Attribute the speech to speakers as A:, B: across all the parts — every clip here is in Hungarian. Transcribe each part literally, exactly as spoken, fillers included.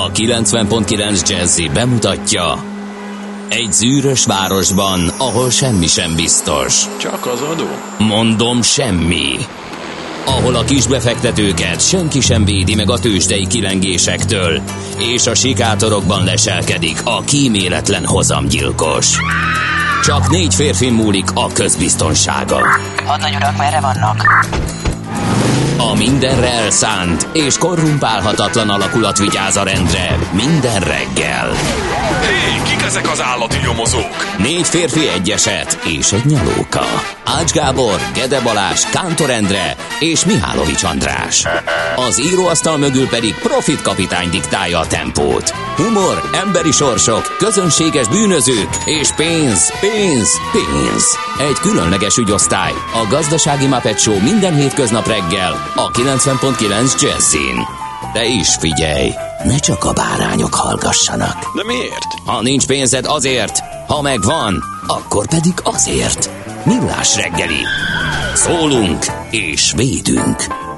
A: A kilencven pont kilenc Jazzy bemutatja: egy zűrös városban, ahol semmi sem biztos.
B: Csak az adó?
A: Mondom, semmi. Ahol a kisbefektetőket senki sem védi meg a tőzsdei kilengésektől, és a sikátorokban leselkedik a kíméletlen hozamgyilkos. Csak négy férfi múlik a közbiztonsága.
C: Hadnagy urak, merre vannak?
A: A mindenre elszánt és korrumpálhatatlan alakulat vigyáz a rendre minden reggel.
B: Hé, kik ezek az állati nyomozók?
A: Négy férfi, egy eset és egy nyalóka. Ács Gábor, Gede Balázs, Kántor Endre és Mihálovics András. Az íróasztal mögül pedig Profit kapitány diktálja a tempót. Humor, emberi sorsok, közönséges bűnözők és pénz, pénz, pénz. Egy különleges ügyosztály, a Gazdasági Muppet Show minden hétköznap reggel a kilencven pont kilenc Jazzyn. De is figyelj, ne csak a bárányok hallgassanak.
B: De miért?
A: Ha nincs pénzed, azért, ha megvan, akkor pedig azért. Millás reggeli. Szólunk és védünk.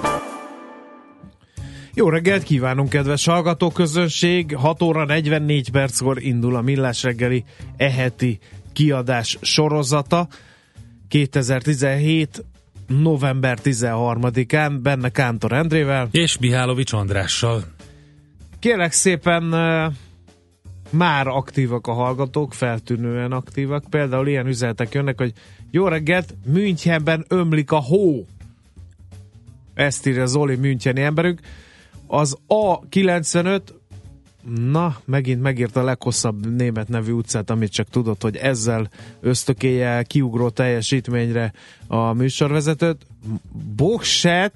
D: Jó reggelt kívánunk, kedves hallgatóközönség! hat óra negyvennégy perckor indul a Millás reggeli eheti kiadás sorozata. kétezer-tizenhét november tizenharmadikán, benne Kántor Endrével
E: és Mihálovics Andrással.
D: Kérlek szépen, már aktívak a hallgatók, feltűnően aktívak. Például ilyen üzenetek jönnek, hogy jó reggelt, Münchenben ömlik a hó. Ezt írja Zoli, müncheni emberünk. Az á kilencvenöt, na, megint megírta a leghosszabb német nevű utcát, amit csak tudott, hogy ezzel ösztökélje kiugró teljesítményre a műsorvezetőt. Boschet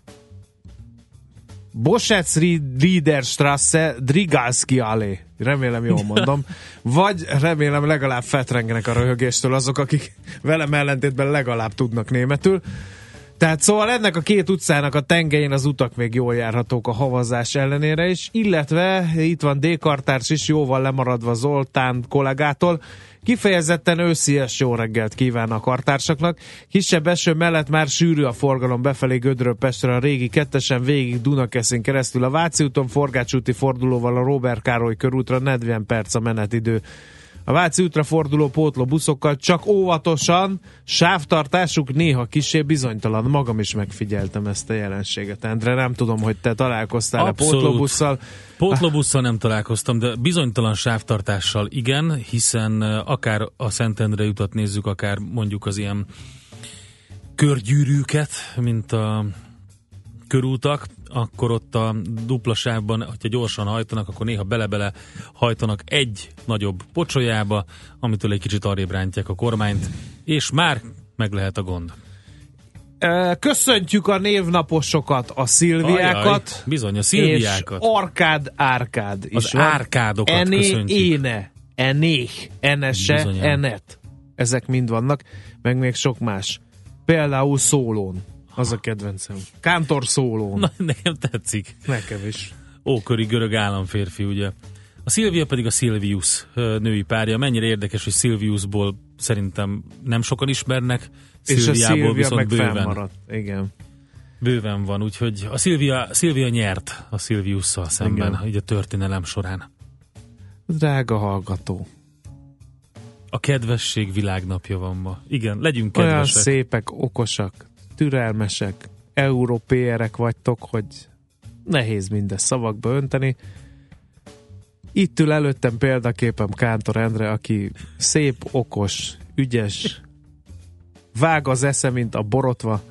D: Boschetz-Riederstrasse, Drigalski Allé. Remélem jól mondom. Vagy remélem legalább feltrengenek a röhögéstől azok, akik velem ellentétben legalább tudnak németül. Tehát szóval ennek a két utcának a tengelyén az utak még jól járhatók a havazás ellenére is, illetve itt van D-kartárs is, jóval lemaradva Zoltán kollégától. Kifejezetten őszies jó reggelt kíván a kartársaknak. Kisebb eső mellett már sűrű a forgalom befelé Gödről Pestre, a régi kettesen végig Dunakeszin keresztül a Váci úton, Forgács úti fordulóval a Róbert Károly körútra negyven perc a menetidő. A Váci útra forduló pótló buszokkal csak óvatosan, sávtartásuk néha kissé bizonytalan. Magam is megfigyeltem ezt a jelenséget, Endre. Nem tudom, hogy te találkoztál-e pótlóbusszal.
E: Pótlóbusszal nem találkoztam, de bizonytalan sávtartással igen, hiszen akár a Szentendre utat nézzük, akár mondjuk az ilyen körgyűrűket, mint a körútak, akkor ott a dupla sávban, hogyha gyorsan hajtanak, akkor néha bele-bele hajtanak egy nagyobb pocsolyába, amitől egy kicsit arrébb rántják a kormányt, és már meg lehet a gond.
D: Köszöntjük a névnaposokat, a Szilviákat.
E: Ajaj, bizony, a Szilviákat.
D: És Arkád Árkád is
E: az
D: van.
E: Árkádokat
D: Ené,
E: köszöntjük.
D: Éne, Enéh, Enese,
E: Bizonyán.
D: Enet. Ezek mind vannak, meg még sok más. Például Szólón. Az a kedvencem. Kántor Szólón.
E: Na, nekem tetszik.
D: Nekem is.
E: Ókori görög államférfi, ugye. A Szilvia pedig a Silvius női párja. Mennyire érdekes, hogy Silviusból szerintem nem sokan ismernek,
D: és a Szilvia
E: viszont
D: meg
E: bőven.
D: fennmaradt. Igen.
E: Bőven van, úgyhogy a Szilvia, Szilvia nyert a Silviusszal szemben, igen, így a történelem során.
D: Drága hallgató.
E: A kedvesség világnapja van ma. Igen, legyünk
D: olyan
E: kedvesek.
D: Olyan szépek, okosak, türelmesek, európéerek vagytok, hogy nehéz mindezt szavakba önteni. Itt ül előttem példaképem Kántor Endre, aki szép, okos, ügyes, vág az esze, mint a borotva,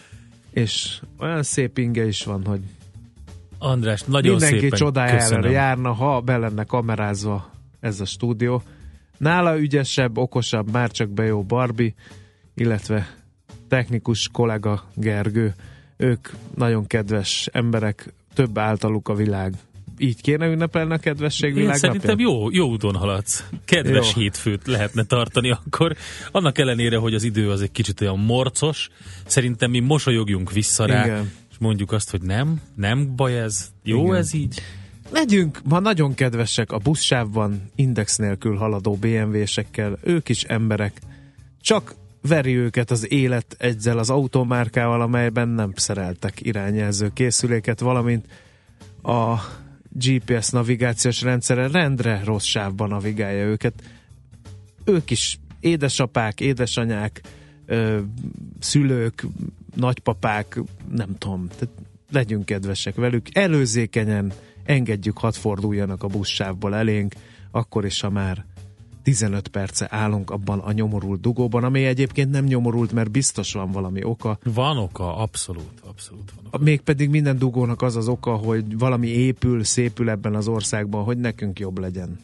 D: és olyan szép inge is van, hogy
E: András, nagyon
D: mindenki
E: szépen
D: csodájára járna, ha be lenne kamerázva ez a stúdió. Nála ügyesebb, okosabb, már csak be jó Barbie, illetve technikus kollega Gergő. Ők nagyon kedves emberek, több általuk a világ. Így kéne ünnepelni a kedvesség világnapján?
E: Én szerintem jó, jó úton haladsz. Kedves jó. Hétfőt lehetne tartani akkor. Annak ellenére, hogy az idő az egy kicsit olyan morcos, szerintem mi mosolyogjunk vissza rá, igen, és mondjuk azt, hogy nem, nem baj ez, jó, igen, ez így.
D: Legyünk ma nagyon kedvesek a buszsávban index nélkül haladó bé em vé-sekkel, ők is emberek. Csak veri őket az élet ezzel az automárkával, amelyben nem szereltek irányjelző készüléket, valamint a gé pé es navigációs rendszere rendre rossz sávban navigálja őket. Ők is édesapák, édesanyák, ö, szülők, nagypapák, nem tudom, tehát legyünk kedvesek velük, előzékenyen engedjük, hadd forduljanak a buszsávból elénk, akkor is, ha már tizenöt perce állunk abban a nyomorult dugóban, ami egyébként nem nyomorult, mert biztos van valami oka.
E: Van oka, abszolút, abszolút van oka.
D: Mégpedig minden dugónak az az oka, hogy valami épül, szépül ebben az országban, hogy nekünk jobb legyen.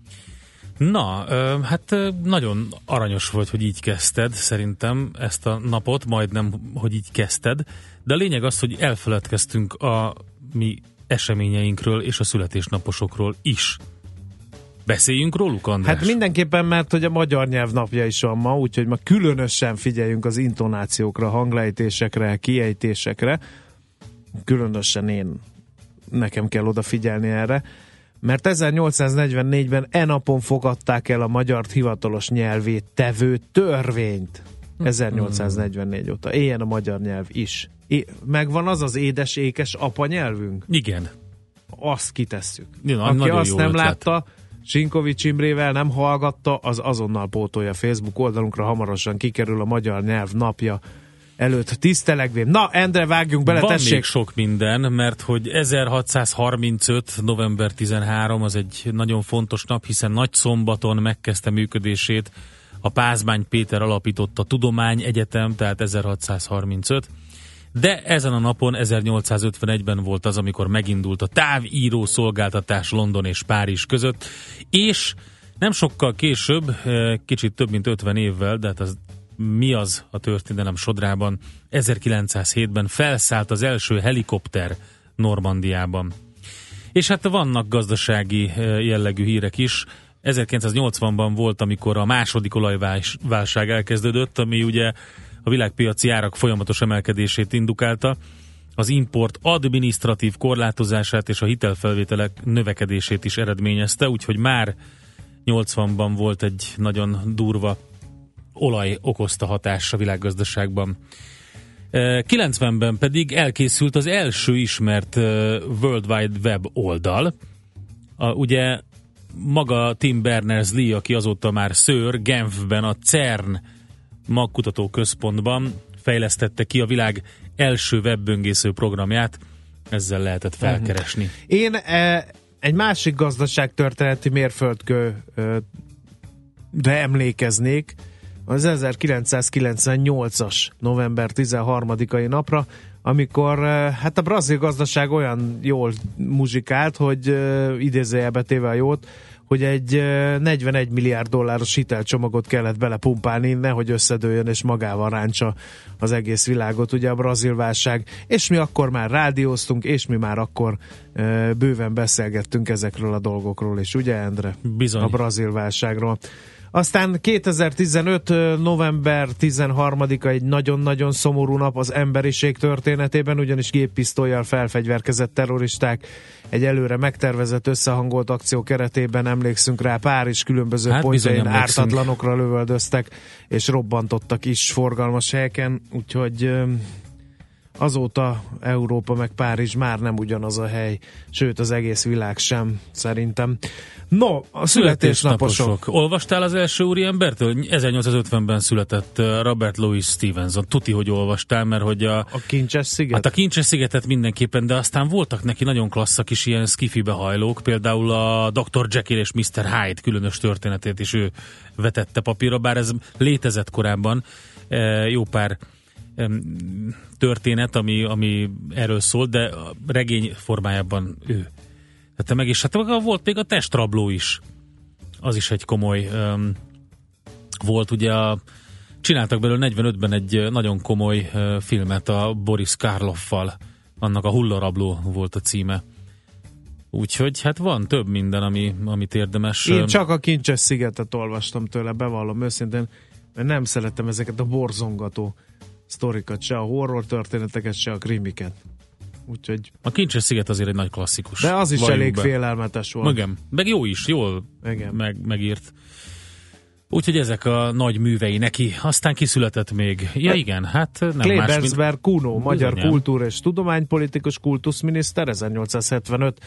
E: Na, hát nagyon aranyos volt, hogy így kezdted, szerintem ezt a napot, majdnem, hogy így kezdted, de a lényeg az, hogy elfeledkeztünk a mi eseményeinkről és a születésnaposokról is. Beszéljünk róluk, András?
D: Hát mindenképpen, mert hogy a magyar nyelv napja is van ma, úgyhogy ma különösen figyeljünk az intonációkra, hanglejtésekre, kiejtésekre. Különösen én, nekem kell odafigyelni erre, mert ezernyolcszáznegyvennégyben e napon fogadták el a magyart hivatalos nyelvét tevő törvényt. ezernyolcszáznegyvennégy óta. Éljen a magyar nyelv is. É- megvan az az édes, ékes apanyelvünk?
E: Igen.
D: Azt kitesszük.
E: Ja,
D: Aki
E: nagyon
D: azt
E: jó
D: nem
E: ötlet.
D: látta, Sinkovics Imrével nem hallgatta, az azonnal pótolja Facebook oldalunkra, hamarosan kikerül a magyar nyelv napja előtt tisztelegvén. Na, Endre, vágjunk bele,
E: Van
D: tessék!
E: még sok minden, mert hogy ezerhatszázharmincöt. november tizenharmadika az egy nagyon fontos nap, hiszen nagyszombaton megkezdte működését a Pázmány Péter alapította Tudományegyetem, tehát ezerhatszázharmincöt. De ezen a napon ezernyolcszázötvenegyben volt az, amikor megindult a távíró szolgáltatás London és Párizs között, és nem sokkal később, kicsit több mint ötven évvel, de hát az mi az a történelem sodrában, ezerkilencszázhétben felszállt az első helikopter Normandiában. És hát vannak gazdasági jellegű hírek is. ezerkilencszáznyolcvanban volt, amikor a második olajválság elkezdődött, ami ugye a világpiaci árak folyamatos emelkedését indukálta, az import adminisztratív korlátozását és a hitelfelvételek növekedését is eredményezte, úgyhogy már nyolcvanban volt egy nagyon durva olaj okozta hatás a világgazdaságban. kilencvenben pedig elkészült az első ismert World Wide Web oldal. A, ugye maga Tim Berners-Lee, aki azóta már Sir, Genfben a cern magkutató központban fejlesztette ki a világ első webböngésző programját, ezzel lehetett felkeresni.
D: Én e, egy másik gazdaságtörténeti mérföldkő e, de emlékeznék az ezerkilencszázkilencvennyolcas november tizenharmadikai napra, amikor e, hát a brazil gazdaság olyan jól muzsikált, hogy e, idézőjelbe téve a jót, hogy egy negyvenegy milliárd dolláros hitelcsomagot kellett belepumpálni, nehogy összedőljön és magával ráncsa az egész világot, ugye a brazil válság, és mi akkor már rádióztunk, és mi már akkor e, bőven beszélgettünk ezekről a dolgokról, és ugye, Endre?
E: Bizony.
D: A brazil válságról. Aztán kétezer-tizenöt. november tizenharmadika egy nagyon-nagyon szomorú nap az emberiség történetében, ugyanis géppisztollyal felfegyverkezett terroristák egy előre megtervezett, összehangolt akció keretében, emlékszünk rá, Párizs különböző
E: hát
D: pontjain ártatlanokra lövöldöztek, és robbantottak is forgalmas helyeken, úgyhogy azóta Európa meg Párizs már nem ugyanaz a hely, sőt az egész világ sem, szerintem. No, a születésnaposok.
E: Olvastál az első úriembertől? ezernyolcszázötvenben született Robert Louis Stevenson. Tuti, hogy olvastál, mert hogy a...
D: A Kincses sziget?
E: Hát a Kincses szigetet mindenképpen, de aztán voltak neki nagyon klasszak is ilyen skifibe hajlók, például a doktor Jekyll és miszter Hyde különös történetét is ő vetette papírra, bár ez létezett korábban jó pár történet, ami, ami erről szólt, de a regény formájában ő tette meg, és hát volt még a Testrabló is. Az is egy komoly um, volt, ugye a, csináltak belőle negyvenötben egy nagyon komoly uh, filmet a Boris Karloffal, annak a Hullarabló volt a címe. Úgyhogy hát van több minden, ami, amit érdemes.
D: Én csak a Kincses szigetet olvastam tőle, bevallom őszintén, mert nem szeretem ezeket a borzongató sztorikat, se a horror történeteket, se a krimiket. Úgyhogy...
E: A Kincses sziget azért egy nagy klasszikus.
D: De az is
E: Valljuk
D: elég
E: be.
D: Félelmetes volt.
E: Igen, meg jó is, jól meg, megírt. Úgyhogy ezek a nagy művei neki. Aztán kiszületett még. Ja igen, hát nem
D: Klebersberg
E: más, mint...
D: Kuno, magyar
E: Bizonyám.
D: kultúra és tudománypolitikus kultuszminiszter, ezernyolcszázhetvenöt.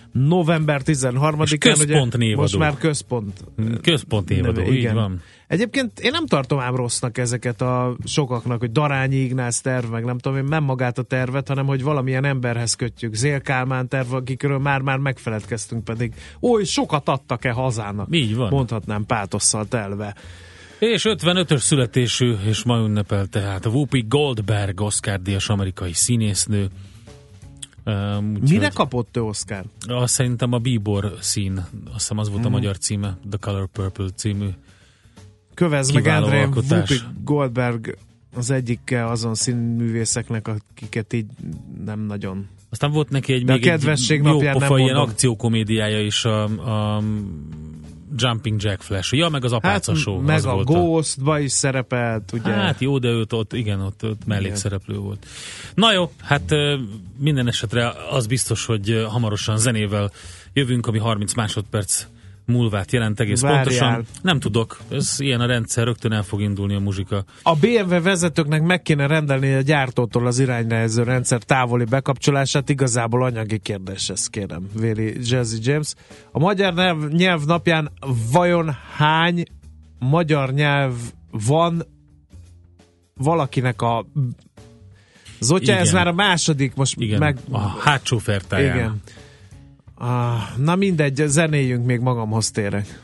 D: november tizenharmadikán.
E: És központ névadó.
D: Most már központ.
E: Központ névadó,
D: neve,
E: így
D: igen.
E: van.
D: Egyébként én nem tartom ám rossznak ezeket a sokaknak, hogy Darányi Ignác terv, meg nem tudom én, nem magát a tervet, hanem hogy valamilyen emberhez kötjük. Zél Kálmán terv, akikről már-már megfeledkeztünk, pedig oly sokat adtak-e hazának.
E: Így van.
D: Mondhatnám pátosszal telve.
E: És ötvenötös születésű, és ma ünnepel tehát a Whoopi Goldberg, Oscar-díjas amerikai színésznő. Um,
D: Mire kapott ő Oscar?
E: Azt szerintem a Bíbor szín, azt hiszem az volt a mm. magyar címe, The Color Purple című.
D: Kövez meg
E: kiváló
D: André,
E: alkotás.
D: Whoopi Goldberg az egyik azon színművészeknek, akiket így nem nagyon.
E: Aztán volt neki egy
D: De
E: még egy jó pofa ilyen akciókomédiája is, a, a Jumping Jack Flash. Ja, meg az Apáca
D: hát,
E: Show.
D: meg
E: az
D: a
E: volt
D: Ghostba is szerepelt, ugye?
E: Hát jó, de őt ott, igen, ott, ott mellékszereplő volt. Na jó, hát minden esetre az biztos, hogy hamarosan zenével jövünk, ami harminc másodperc múlvát jelent egész
D: Várjál.
E: pontosan. Nem tudok, ez ilyen a rendszer, rögtön el fog indulni a muzsika.
D: A bé em vé vezetőknek meg kéne rendelni a gyártótól az irányrehező rendszer távoli bekapcsolását, igazából anyagi kérdés, ezt kérem, véli Jazzy James. A magyar nyelv, nyelv napján vajon hány magyar nyelv van valakinek a Zotya, ez már a második, most
E: igen,
D: meg...
E: a hátsó fertáján.
D: Igen. Ah, na mindegy, zenéljünk, még magamhoz térek.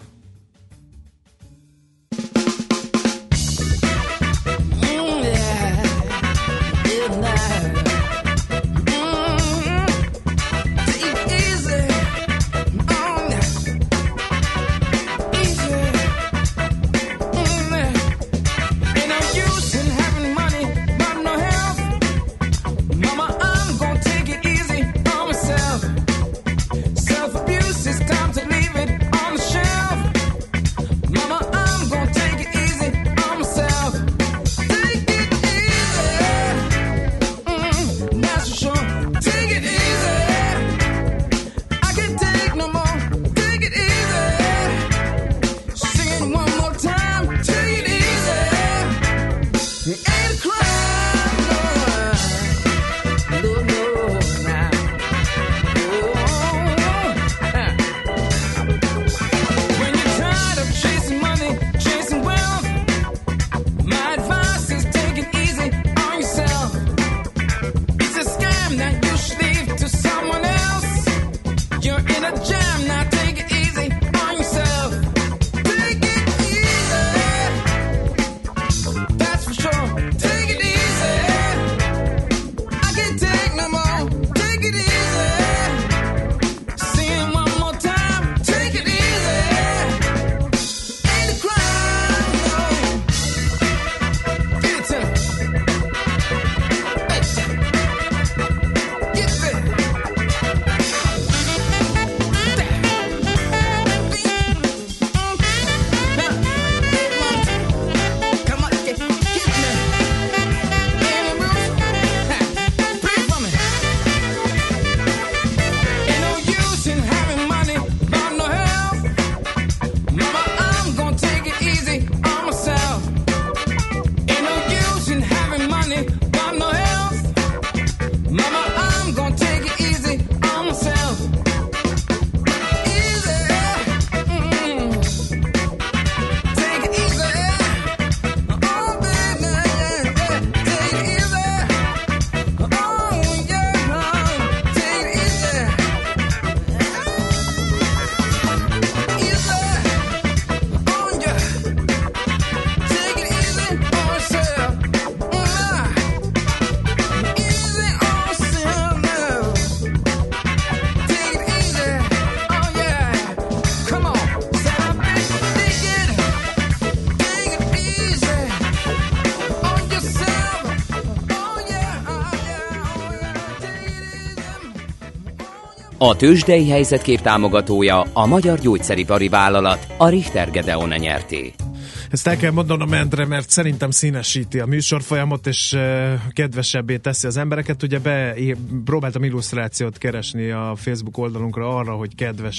A: A tőzsdei helyzetkép támogatója a Magyar Gyógyszeripari Vállalat, a Richter Gedeon nyerté.
D: Ezt el kell mondanom, Endre, mert szerintem színesíti a műsorfolyamot, és uh, kedvesebbé teszi az embereket. Ugye be, próbáltam illusztrációt keresni a Facebook oldalunkra arra, hogy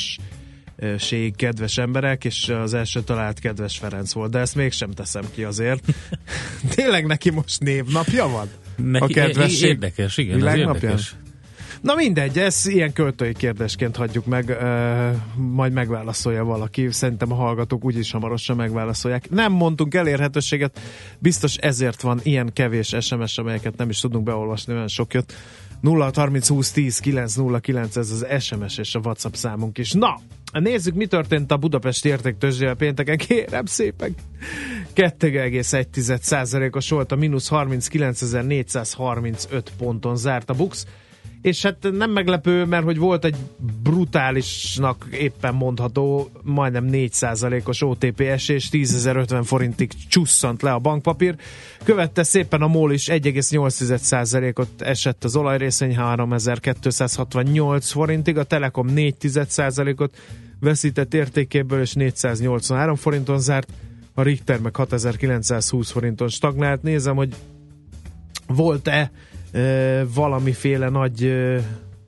D: kedvesség, kedves emberek, és az első talált kedves Ferenc volt, de ezt mégsem teszem ki azért. Tényleg neki most névnapja van?
E: Neki, a kedvesség érdekes, igen, az érdekes.
D: Na mindegy, ez ilyen költői kérdésként hagyjuk meg, uh, majd megválaszolja valaki, szerintem a hallgatók úgyis hamarosan megválaszolják. Nem mondtunk elérhetőséget, biztos ezért van ilyen kevés es em es, amelyeket nem is tudunk beolvasni, olyan sok jött. nulla harminc húsz tíz kilenc nulla kilenc, ez az es em es és a WhatsApp számunk is. Na, nézzük, mi történt a Budapesti Értéktőzsdével pénteken, kérem szépen. kettő egész egy százalékos volt, a mínusz harminckilencezer-négyszázharmincöt ponton zárt a BUX, és hát nem meglepő, mert hogy volt egy brutálisnak éppen mondható, majdnem négy százalékos o té pé esés, tízezer-ötven forintig csusszant le a bankpapír. Követte szépen a MOL is, egy egész nyolc százalékot esett az olajrészvény, háromezer-kétszázhatvannyolc forintig, a Telekom négy százalékot veszített értékéből, és négyszáznyolcvanhárom forinton zárt, a Richter meg hatezer-kilencszázhúsz forinton stagnált. Nézem, hogy volt-e e, valamiféle nagy e,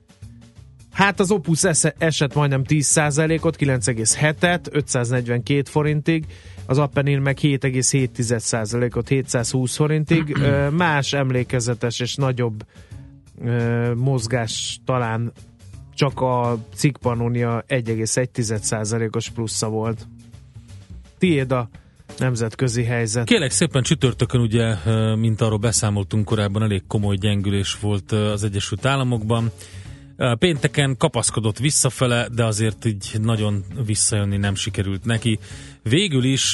D: hát az Opus esett majdnem tíz százalékot, kilenc egész hetet, ötszáznegyvenkét forintig, az Appenin meg hét egész hét százalékot, hétszázhúsz forintig. E, más emlékezetes és nagyobb e, mozgás talán csak a Cikk Pannonia egy egész egy százalékos plusza volt. Tiéd a nemzetközi helyzet.
E: Kérlek szépen, csütörtökön ugye, mint arról beszámoltunk korábban, elég komoly gyengülés volt az Egyesült Államokban. Pénteken kapaszkodott visszafele, de azért így nagyon visszajönni nem sikerült neki. Végül is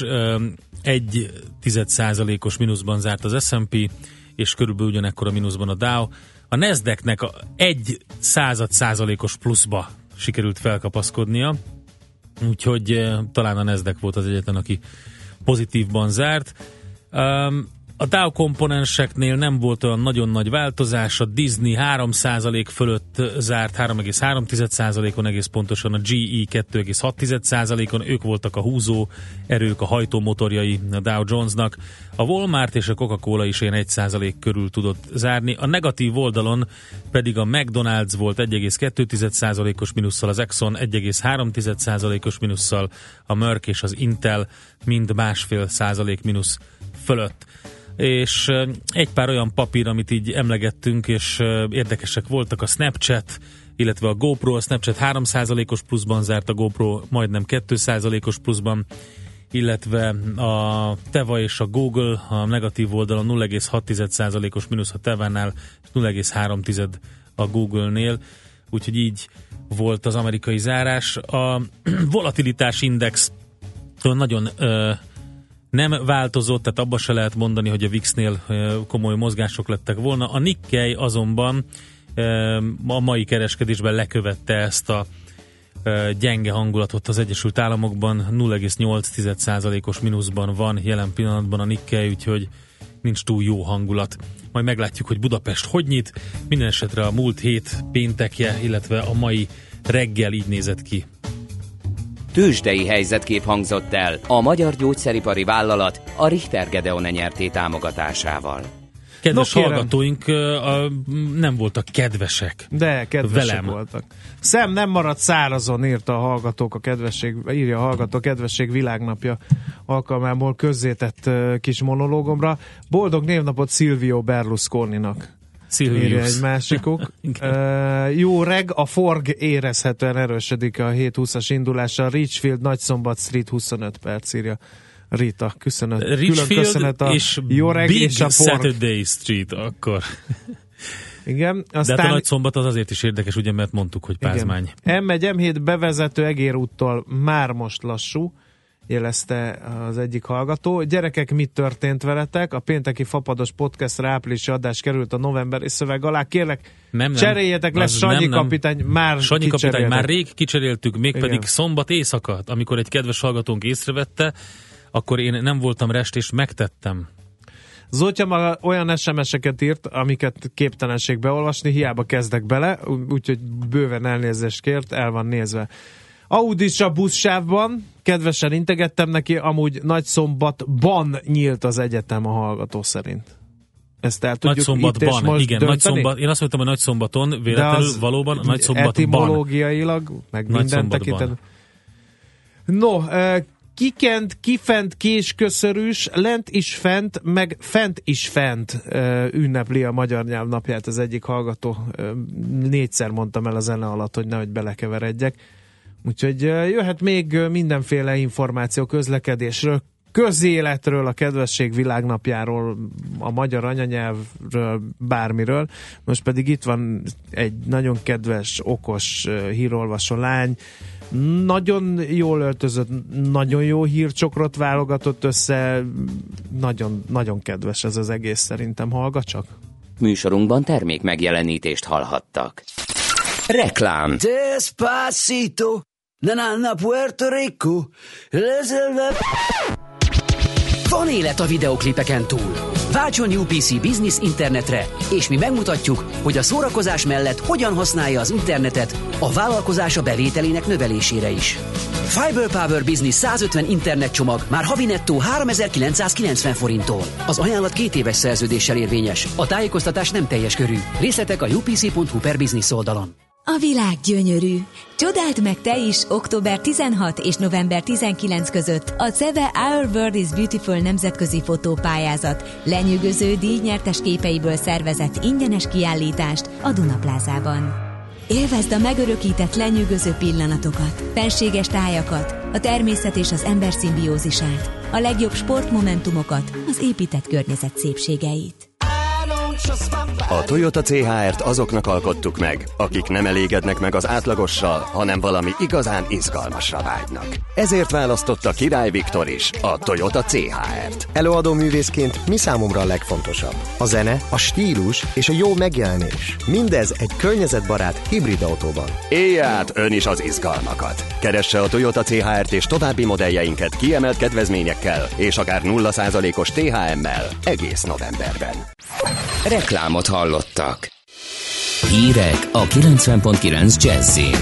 E: egy tized százalékos mínuszban zárt az es and pé, és körülbelül ugyanekkor a mínuszban a Dow. A Nasdaqnek a egy század százalékos pluszba sikerült felkapaszkodnia, úgyhogy uh, talán a Nasdaq volt az egyetlen, aki pozitívban zárt. Um, a Dow komponenseknél nem volt olyan nagyon nagy változás, a Disney három százalék fölött zárt, három egész három százalékon egész pontosan, a gé é kettő egész hat százalékon, ők voltak a húzó erők, a hajtómotorjai a Dow Jonesnak. A Walmart és a Coca-Cola is ilyen egy százalék körül tudott zárni. A negatív oldalon pedig a McDonald's volt egy egész kettő százalékos mínusszal, az Exxon egy egész három százalékos mínusszal, a Merck és az Intel mind másfél százalék mínusz fölött. És egy pár olyan papír, amit így emlegettünk, és érdekesek voltak, a Snapchat, illetve a GoPro. A Snapchat három százalékos pluszban zárt, a GoPro majdnem két százalékos pluszban, illetve a Teva és a Google a negatív oldalon nulla egész hat százalékos mínusz a Tevánál, és nulla egész három a Google-nél, úgyhogy így volt az amerikai zárás. A volatilitás index nagyon ö, nem változott, tehát abba se lehet mondani, hogy a vé i iksz-nél komoly mozgások lettek volna. A Nikkei azonban a mai kereskedésben lekövette ezt a gyenge hangulatot az Egyesült Államokban, nulla egész nyolc százalékos mínuszban van jelen pillanatban a Nikkei, úgyhogy nincs túl jó hangulat. Majd meglátjuk, hogy Budapest hogy nyit. Minden esetre a múlt hét péntekje, illetve a mai reggel így nézett ki.
A: Tőzsdei helyzetkép hangzott el a Magyar Gyógyszeripari Vállalat a Richter Gedeon nyerté támogatásával.
E: Kedves
D: no,
E: hallgatóink a, nem voltak kedvesek.
D: De kedvesek
E: velem.
D: voltak. Szem nem maradt szárazon, írta a hallgatók a kedvesség, írja a hallgató kedvesség világnapja alkalmából közzétett kis monológomra. Boldog névnapot Silvio Berlusconinak. Írja egy másikuk. uh, jó reg, a Forg érezhetően erősödik a hét húszas indulása. Richfield, Nagyszombat Street huszonöt perc, írja Rita. Köszönet.
E: Richfield
D: külön köszönet a
E: és
D: jó reg
E: Big
D: és a Forg.
E: Saturday Street akkor.
D: Igen. Aztán...
E: De hát a Nagyszombat az azért is érdekes, ugye, mert mondtuk, hogy pázmány.
D: em egy em hét bevezető Egér úttól már most lassú, jelezte az egyik hallgató. Gyerekek, mit történt veletek? A pénteki fapados podcastra áprilisi adás került a novemberi szöveg alá. Kérlek, nem, nem. cseréljetek le, Sanyi nem, nem. kapitány, már
E: Sanyi kapitány, már rég kicseréltük, mégpedig
D: Igen.
E: szombat éjszaka, amikor egy kedves hallgatónk észrevette, akkor én nem voltam rest, és megtettem.
D: Zotya maga olyan es em es-eket írt, amiket képtelenség beolvasni, hiába kezdek bele, úgyhogy bőven elnézést kért, el van nézve. Audis a buszsávban, kedvesen integettem neki, amúgy Nagyszombatban nyílt az egyetem a hallgató szerint. Ezt el tudjuk itt és most
E: igen, Nagyszombat, én azt mondtam, hogy Nagyszombaton, véletlenül valóban Nagyszombatban.
D: Etimológiailag, meg minden tekintetben. No, kikent, kifent, késköszörűs, lent is fent, meg fent is fent ö, ünnepli a magyar nyelvnapját az egyik hallgató. Ö, négyszer mondtam el a zene alatt, hogy nehogy belekeveredjek. Úgyhogy jöhet még mindenféle információ közlekedésről, közéletről, a kedvesség világnapjáról, a magyar anyanyelvről, bármiről. Most pedig itt van egy nagyon kedves, okos hírolvasó lány, nagyon jól öltözött, nagyon jó hírcsokrot válogatott össze, nagyon, nagyon kedves ez az egész, szerintem. Hallgat csak!
A: Műsorunkban termék megjelenítést hallhattak. Reklám.
F: Despacito, nanana Puerto Rico, lezelve... Van élet a videoklipeken túl. Váltson u pé cé Business internetre, és mi megmutatjuk, hogy a szórakozás mellett hogyan használja az internetet a vállalkozása bevételének növelésére is. Fiber Power Business százötven internetcsomag már havi nettó háromezer-kilencszázkilencven forinttól. Az ajánlat két éves szerződéssel érvényes. A tájékoztatás nem teljes körű. Részletek a u p c pont h u per business oldalon.
G: A világ gyönyörű. Csodáld meg te is október tizenhatodika és november tizenkilencedike között a CEVE Our World is Beautiful nemzetközi fotópályázat lenyűgöző díjnyertes képeiből szervezett ingyenes kiállítást a Dunaplázában. Élvezd a megörökített lenyűgöző pillanatokat, fenséges tájakat, a természet és az ember szimbiózisát, a legjobb sportmomentumokat, az épített környezet szépségeit.
H: A Toyota cé há er-t azoknak alkottuk meg, akik nem elégednek meg az átlagossal, hanem valami igazán izgalmasra vágynak. Ezért választotta Király Viktor is a Toyota cé há er-t.
I: Előadó művészként mi számomra a legfontosabb? A zene, a stílus és a jó megjelenés. Mindez egy környezetbarát hibrid autóban.
H: Élj át ön is az izgalmakat. Keresse a Toyota cé há er-t és további modelljeinket kiemelt kedvezményekkel és akár nulla százalékos té há emmel egész novemberben.
A: Reklámot hallottak. Hírek a kilencven pont kilenc Jazzin.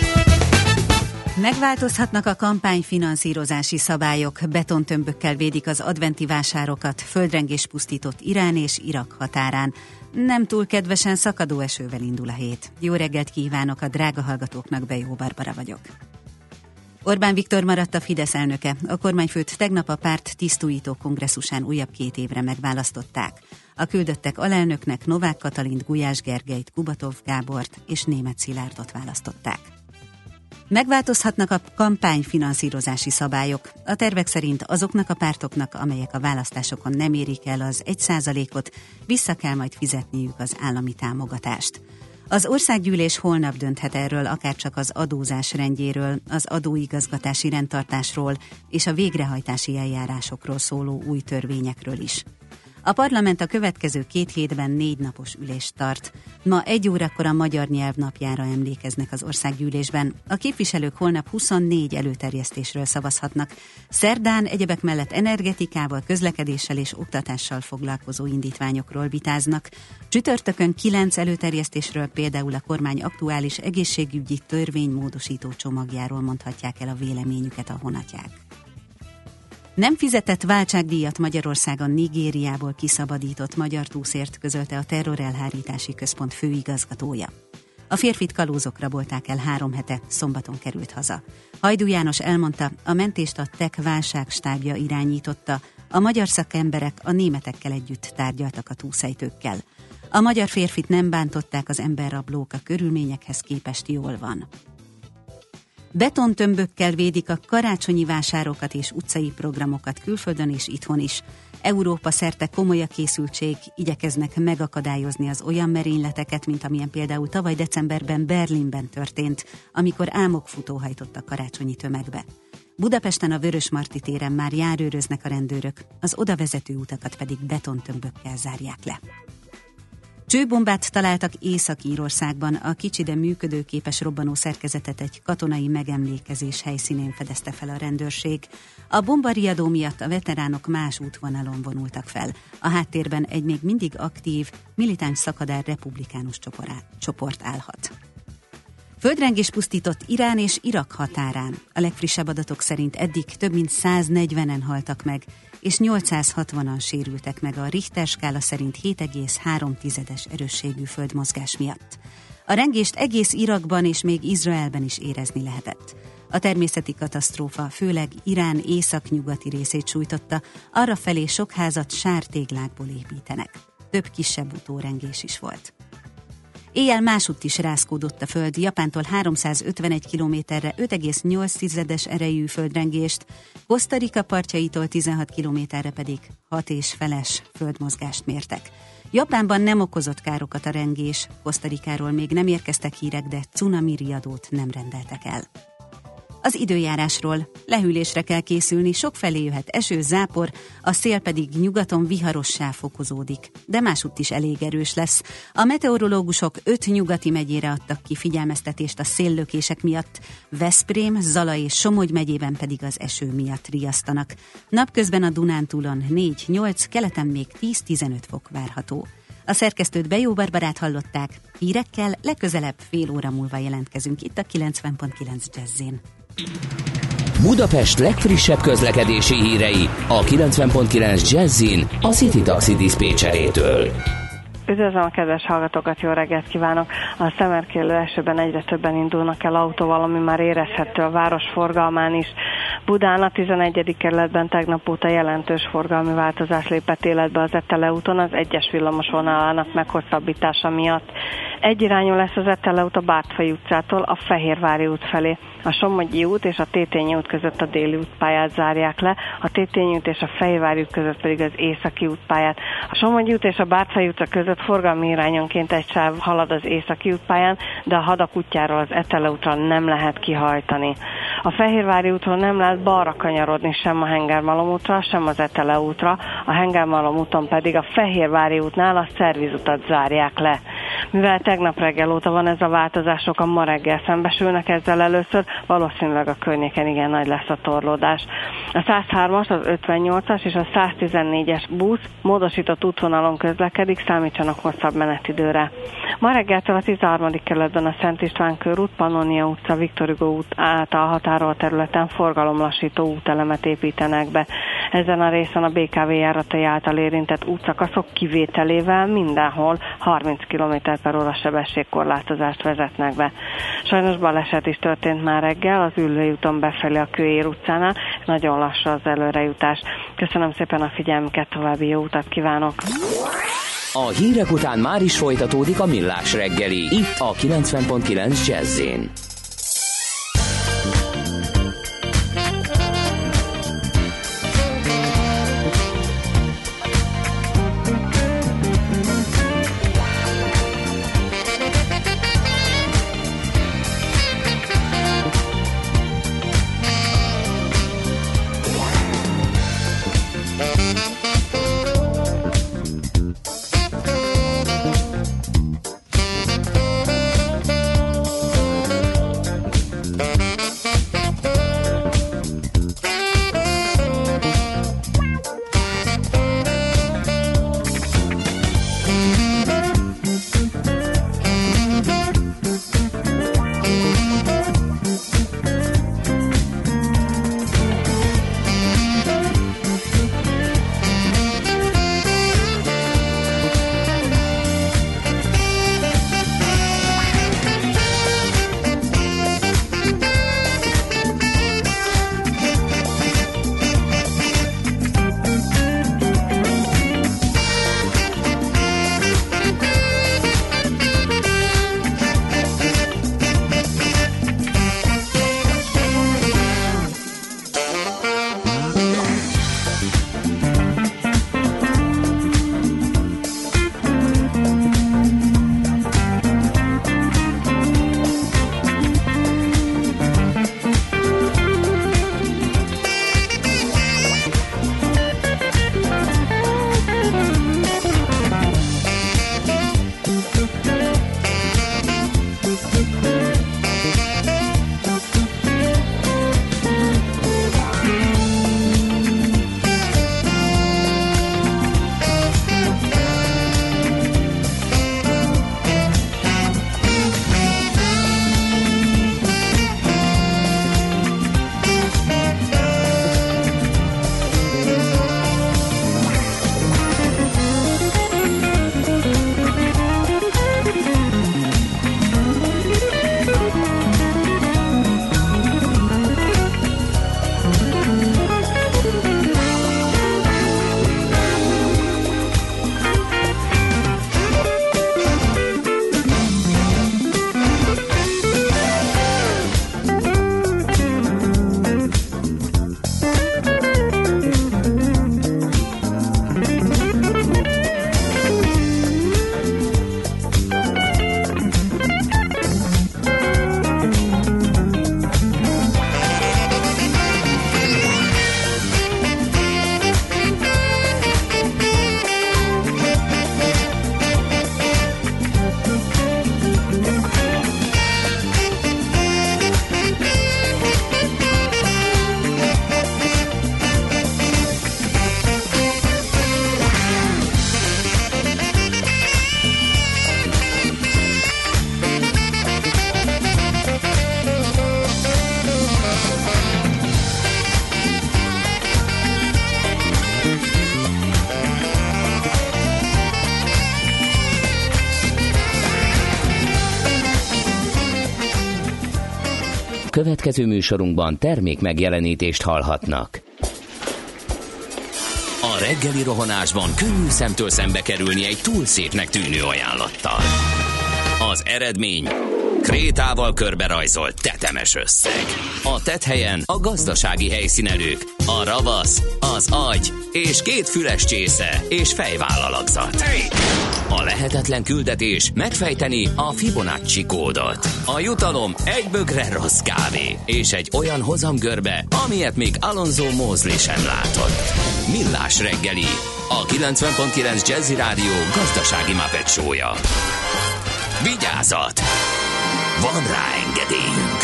J: Megváltozhatnak a kampányfinanszírozási szabályok, betontömbökkel védik az adventi vásárokat, földrengés pusztított Irán és Irak határán. Nem túl kedvesen szakadó esővel indul a hét. Jó reggelt kívánok a drága hallgatóknak, Bejó Barbara vagyok. Orbán Viktor maradt a Fidesz elnöke. A kormányfőt tegnap a párt tisztújító kongresszusán újabb két évre megválasztották. A küldöttek alelnöknek Novák Katalint, Gulyás Gergelyt, Kubatov Gábort és Németh Szilárdot választották. Megváltozhatnak a kampányfinanszírozási szabályok. A tervek szerint azoknak a pártoknak, amelyek a választásokon nem érik el az egy százalékot, vissza kell majd fizetniük az állami támogatást. Az országgyűlés holnap dönthet erről, akárcsak az adózás rendjéről, az adóigazgatási rendtartásról és a végrehajtási eljárásokról szóló új törvényekről is. A parlament a következő két hétben négy napos ülést tart. Ma egy órakor a magyar nyelv napjára emlékeznek az országgyűlésben. A képviselők holnap huszonnégy előterjesztésről szavazhatnak. Szerdán egyebek mellett energetikával, közlekedéssel és oktatással foglalkozó indítványokról vitáznak. Csütörtökön kilenc előterjesztésről, például a kormány aktuális egészségügyi törvénymódosító csomagjáról mondhatják el a véleményüket a honatják. Nem fizetett váltságdíjat Magyarországon Nigériából kiszabadított magyar túszért, közölte a Terrorelhárítási Központ főigazgatója. A férfit kalózok rabolták el három hete, szombaton került haza. Hajdú János elmondta, a mentést a té e ká válságstábja irányította, a magyar szakemberek a németekkel együtt tárgyaltak a túszejtőkkel. A magyar férfit nem bántották az emberrablók, a körülményekhez képest jól van. Betontömbökkel védik a karácsonyi vásárokat és utcai programokat külföldön és itthon is. Európa szerte komoly a készültség, igyekeznek megakadályozni az olyan merényleteket, mint amilyen például tavaly decemberben Berlinben történt, amikor álmokfutó hajtott a karácsonyi tömegbe. Budapesten a Vörösmarty téren már járőröznek a rendőrök, az oda vezető utakat pedig betontömbökkel zárják le. Csőbombát találtak Észak-Írországban, a kicsi, de működőképes robbanó szerkezetet egy katonai megemlékezés helyszínén fedezte fel a rendőrség. A bombariadó miatt a veteránok más útvonalon vonultak fel. A háttérben egy még mindig aktív, militáns szakadár republikánus csoport állhat. Földrengés pusztított Irán és Irak határán. A legfrissebb adatok szerint eddig több mint száznegyvenen haltak meg, és nyolcszázhatvanan sérültek meg a Richter skála szerint hét egész három tizedes erősségű földmozgás miatt. A rengést egész Irakban és még Izraelben is érezni lehetett. A természeti katasztrófa főleg Irán északnyugati részét sújtotta, arrafelé sok házat sártéglákból építenek. Több kisebb utórengés is volt. Éjjel másutt is rázkódott a föld, Japántól háromszázötvenegy kilométerre öt egész nyolc tizedes erejű földrengést, Costa Rica partjaitól tizenhat kilométerre pedig hat és feles földmozgást mértek. Japánban nem okozott károkat a rengés, Costa Ricáról még nem érkeztek hírek, de cunami riadót nem rendeltek el. Az időjárásról: lehűlésre kell készülni, sokfelé jöhet eső, zápor, a szél pedig nyugaton viharossá fokozódik, de másutt is elég erős lesz. A meteorológusok öt nyugati megyére adtak ki figyelmeztetést a széllökések miatt, Veszprém, Zala és Somogy megyében pedig az eső miatt riasztanak. Napközben a Dunántúlon négy nyolc, keleten még tíz-tizenöt fok várható. A szerkesztőt Bejó Barbarát hallották, hírekkel legközelebb fél óra múlva jelentkezünk itt a kilencven pont kilenc Jazzin.
A: Budapest legfrissebb közlekedési hírei a kilencven pont kilenc Jazzin a City Taxi diszpécserétől.
K: Üdvözlöm a kedves hallgatókat, jó reggelt kívánok! A szemerkélő esőben egyre többen indulnak el autóval, ami már érezhető a város forgalmán is. Budán a tizenegyedik kerületben tegnap óta jelentős forgalmi változás lépett életbe az Etele úton az egyes villamos vonalának meghosszabbítása miatt. Egyirányú lesz az Etele út a Bártfai utcától a Fehérvári út felé. A Somogyi út és a Tétényi út között a déli útpályát zárják le, a Tétényi út és a Fehérvári út között pedig az északi útpályát. A Somogyi út és a Bártfai utca között forgalmi irányonként egy sáv halad az északi útpályán, de a Hadak útjáról az Etele útra nem lehet kihajtani. A Fehérvári útról nem lehet balra kanyarodni sem a Hengermalom útra, sem az Etele útra, a Hengermalom úton pedig a Fehérvári útnál a szervizutat zárják le. Mivel tegnap reggel óta van ez a változás, sokan ma reggel szembesülnek ezzel először, valószínűleg a környéken igen nagy lesz a torlódás. A száz hármas, az ötvennyolcas és a száz tizennégyes busz módosított útvonalon közlekedik, számítsanak hosszabb menetidőre. Ma reggeltől a tizenharmadik kerületben a Szent István körút, Pannonia utca, Viktor Hugo út által határolt területen forgalomlassító útelemet építenek be. Ezen a részen a bé ká vé járatai által érintett útszakaszok kivételével mindenhol harminc kilométer per óra sebességkorlátozást vezetnek be. Sajnos baleset is történt már reggel az Üllői úton befelé a Kőér utcánál, nagyon lassú az előrejutás. Köszönöm szépen a figyelmüket, további jó utat kívánok!
A: A hírek után már is folytatódik a Millás reggeli, itt a kilencven pont kilenc Jazzin. Következő műsorunkban termék megjelenítést hallhatnak. A reggeli rohanásban könnyű szemtől szembe kerülni egy túl szépnek tűnő ajánlattal. Az eredmény... krétával körberajzolt tetemes összeg. A tetthelyen a gazdasági helyszínelők, a ravasz, az agy és két füles csésze és fejvállalakzat. A lehetetlen küldetés megfejteni a Fibonacci kódot. A jutalom egy bögre rossz kávé és egy olyan hozamgörbe, amilyet még Alonso Mosley sem látott. Millás reggeli, a kilencven pont kilenc Jazzy Rádió gazdasági Muppet show-ja. Vigyázat! Van rá engedélyünk!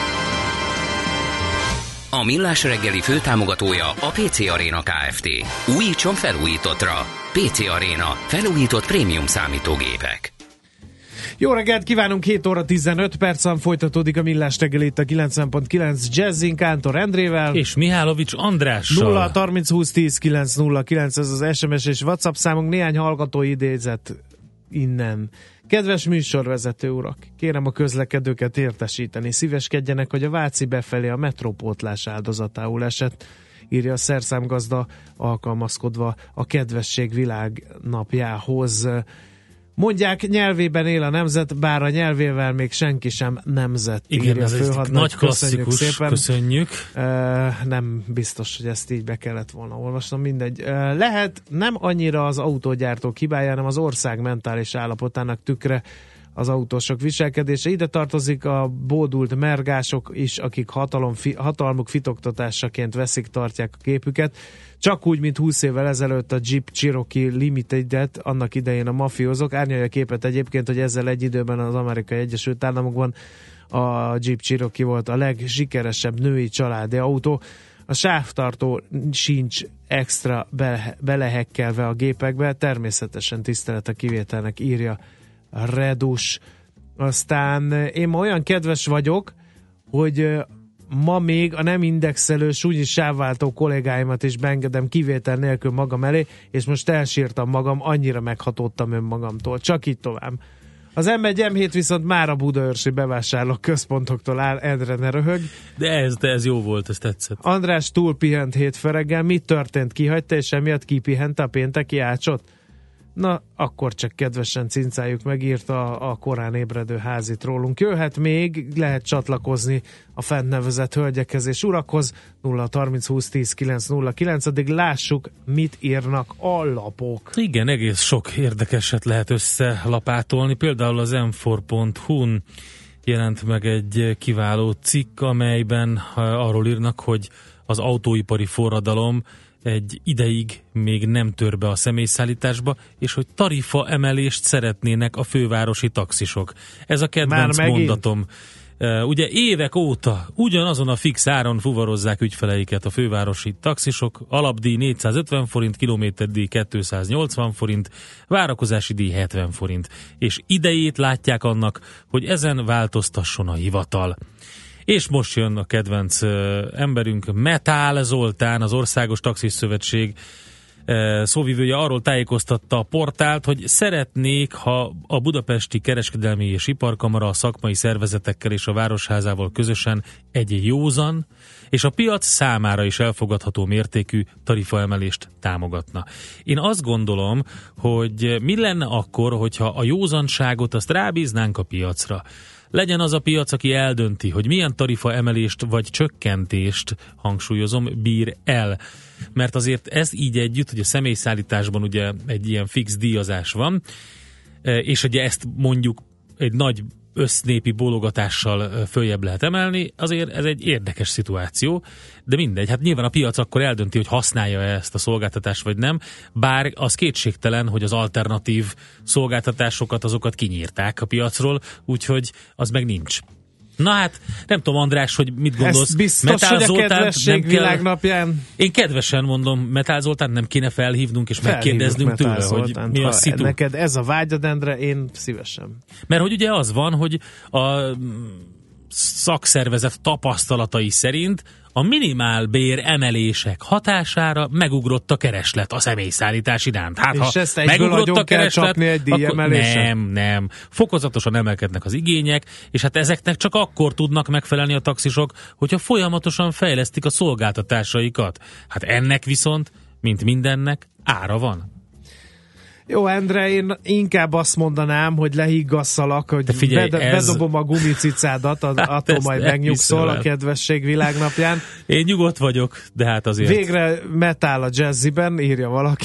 A: A Millás reggeli főtámogatója a pé cé Arena Kft. Újítson felújítottra. pé cé Arena. Felújított prémium számítógépek.
D: Jó reggelt kívánunk, hét óra tizenöt percen folytatódik a Millás reggeli itt a kilencven pont kilenc Jazzin Kántor Endrével.
E: És Mihálovics Andrással.
D: nulla harminc húsz tíz kilenc nulla kilenc, ez az es em es és WhatsApp számunk, néhány hallgató idézet innen. Kedves műsorvezető urak, kérem a közlekedőket értesíteni, szíveskedjenek, hogy a Váci befelé a metrópótlás áldozatául esett, írja a szerszámgazda, alkalmazkodva a kedvesség világnapjához. Mondják, nyelvében él a nemzet, bár a nyelvével még senki sem nemzet.
E: Igen, ez egy nagy klasszikus, szépen. Köszönjük.
D: Uh, nem biztos, hogy ezt így be kellett volna olvasnom, mindegy. Uh, lehet nem annyira az autógyártók hibája, hanem az ország mentális állapotának tükre az autósok viselkedése. Ide tartozik a bódult mergások is, akik hatalom, fi, hatalmuk fitoktatásaként veszik, tartják a képüket. Csak úgy, mint húsz évvel ezelőtt a Jeep Cherokee Limited-et, annak idején a mafiózók. Árnyalja a képet egyébként, hogy ezzel egy időben az Amerikai Egyesült Államokban a Jeep Cherokee volt a legsikeresebb női családi autó. A sávtartó sincs extra bele, belehekkelve a gépekbe, természetesen tisztelet a kivételnek, írja Redus. Aztán én ma olyan kedves vagyok, hogy ma még a nem indexelő súnyi sávváltó kollégáimat is beengedem kivétel nélkül magam elé, és most elsírtam magam, annyira meghatódtam önmagamtól. Csak így tovább. Az em egy em hét viszont már a budaörsi bevásárlók központoktól áll, Endre ne röhög.
E: De ez, de ez jó volt, ez tetszett.
D: András túl pihent hétfő reggel, mi történt, kihagyta, és emiatt kipihente a pénteki ácsot? Na, akkor csak kedvesen cincáljuk, megírta a korán ébredő házit rólunk. Jöhet még, lehet csatlakozni a fent nevezett hölgyekhez és urakhoz, nulla harminc húsz tíz kilenc nulla kilenc, addig lássuk, mit írnak a lapok.
E: Igen, egész sok érdekeset lehet összelapátolni, például az em négy pont hu-n jelent meg egy kiváló cikk, amelyben arról írnak, hogy az autóipari forradalom egy ideig még nem tör be a személyszállításba, és hogy tarifa emelést szeretnének a fővárosi taxisok. Ez a kedvenc mondatom. Uh, ugye évek óta ugyanazon a fix áron fuvarozzák ügyfeleiket a fővárosi taxisok, alapdíj négyszázötven forint, kilométerdíj kétszáznyolcvan forint, várakozási díj hetven forint, és idejét látják annak, hogy ezen változtasson a hivatal. És most jön a kedvenc uh, emberünk, Metál Zoltán, az Országos Taxis Szövetség uh, szóvivője arról tájékoztatta a portált, hogy szeretnék, ha a Budapesti Kereskedelmi és Iparkamara a szakmai szervezetekkel és a Városházával közösen egy józan, és a piac számára is elfogadható mértékű tarifaemelést támogatna. Én azt gondolom, hogy mi lenne akkor, hogyha a józanságot azt rábíznánk a piacra. Legyen az a piac, aki eldönti, hogy milyen tarifa emelést vagy csökkentést, hangsúlyozom, bír el. Mert azért ez így együtt, hogy a személyszállításban ugye egy ilyen fix díjazás van, és ugye ezt mondjuk egy nagy össznépi bólogatással följebb lehet emelni, azért ez egy érdekes szituáció, de mindegy, hát nyilván a piac akkor eldönti, hogy használja-e ezt a szolgáltatást vagy nem, bár az kétségtelen, hogy az alternatív szolgáltatásokat azokat kinyírták a piacról, úgyhogy az meg nincs. Na hát, nem tudom, András, hogy mit gondolsz.
D: Ez biztos, Metál hogy a Zoltánt kedvesség nem világnapján...
E: Én kedvesen mondom, Metál Zoltánt nem kéne felhívnunk és megkérdeznünk tőle, Zoltánt, hogy mi a szitu.
D: Neked ez a vágyad, Endre, én szívesen.
E: Mert hogy ugye az van, hogy a szakszervezet tapasztalatai szerint a minimálbér emelések hatására megugrott a kereslet a személyszállítás iránt. Hát,
D: és
E: ha
D: ezt egyből nagyon kell csapni egy díjemelésen?
E: Nem, nem. Fokozatosan emelkednek az igények, és hát ezeknek csak akkor tudnak megfelelni a taxisok, hogyha folyamatosan fejlesztik a szolgáltatásaikat. Hát ennek viszont, mint mindennek, ára van.
D: Jó, Endre, én inkább azt mondanám, hogy lehiggasszalak, hogy
E: figyelj,
D: bed-
E: ez...
D: bedobom a gumicicádat, az,
E: hát
D: attól majd megnyugszol a kedvesség világnapján.
E: Én nyugodt vagyok, de hát azért...
D: Végre metáll a jazziben, írja valaki.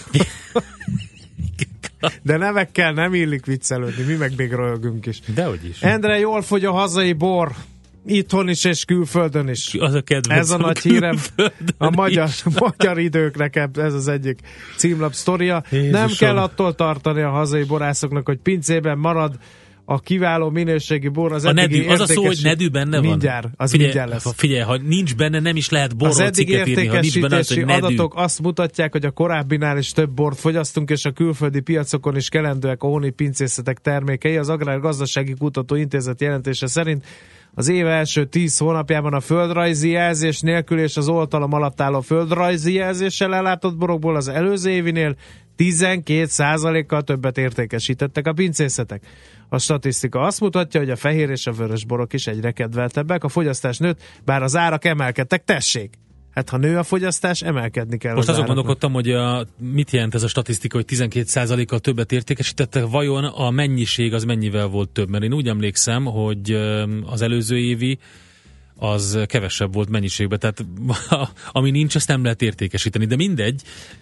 D: De nevekkel nem illik viccelődni, mi meg még röhögünk is.
E: Dehogy is.
D: Endre, jól fogy a hazai bor. Itthon is és külföldön is.
E: Az a kedvenc.
D: Ez a nagy hírem. A magyar, magyar időknek ez az egyik címlap sztoria.
E: Jézusom.
D: Nem kell attól tartani a hazai borászoknak, hogy pincében marad a kiváló minőségi bor. Az,
E: a nedű, az a szó, hogy
D: nedű
E: nedű benne van?
D: Mindjárt, az
E: figyelj,
D: mindjárt lesz.
E: Figyelj, ha nincs benne, nem is lehet borról cikket írni, ha nincs benne az, hogy nedű.
D: Adatok azt mutatják, hogy a korábbinál is több bort fogyasztunk, és a külföldi piacokon is kelendőek a hóni pincészetek termékei. Az Agrárgazdasági Kutatóintézet jelentése szerint az év első tíz hónapjában a földrajzi jelzés nélkül és az oltalom alatt álló földrajzi jelzéssel ellátott borokból az előző évinél tizenkét százalékkal többet értékesítettek a pincészetek. A statisztika azt mutatja, hogy a fehér és a vörös borok is egyre kedveltebbek, a fogyasztás nőtt, bár az árak emelkedtek. Tessék! Hát ha nő a fogyasztás, emelkedni kell.
E: Most
D: az
E: azon
D: áraknak.
E: gondolkodtam, hogy a, mit jelent ez a statisztika, hogy tizenkét százalékkal többet értékesítettek, vajon a mennyiség az mennyivel volt több? Mert én úgy emlékszem, hogy az előző évi az kevesebb volt mennyiségben, tehát ami nincs, azt nem lehet értékesíteni, de mindegy.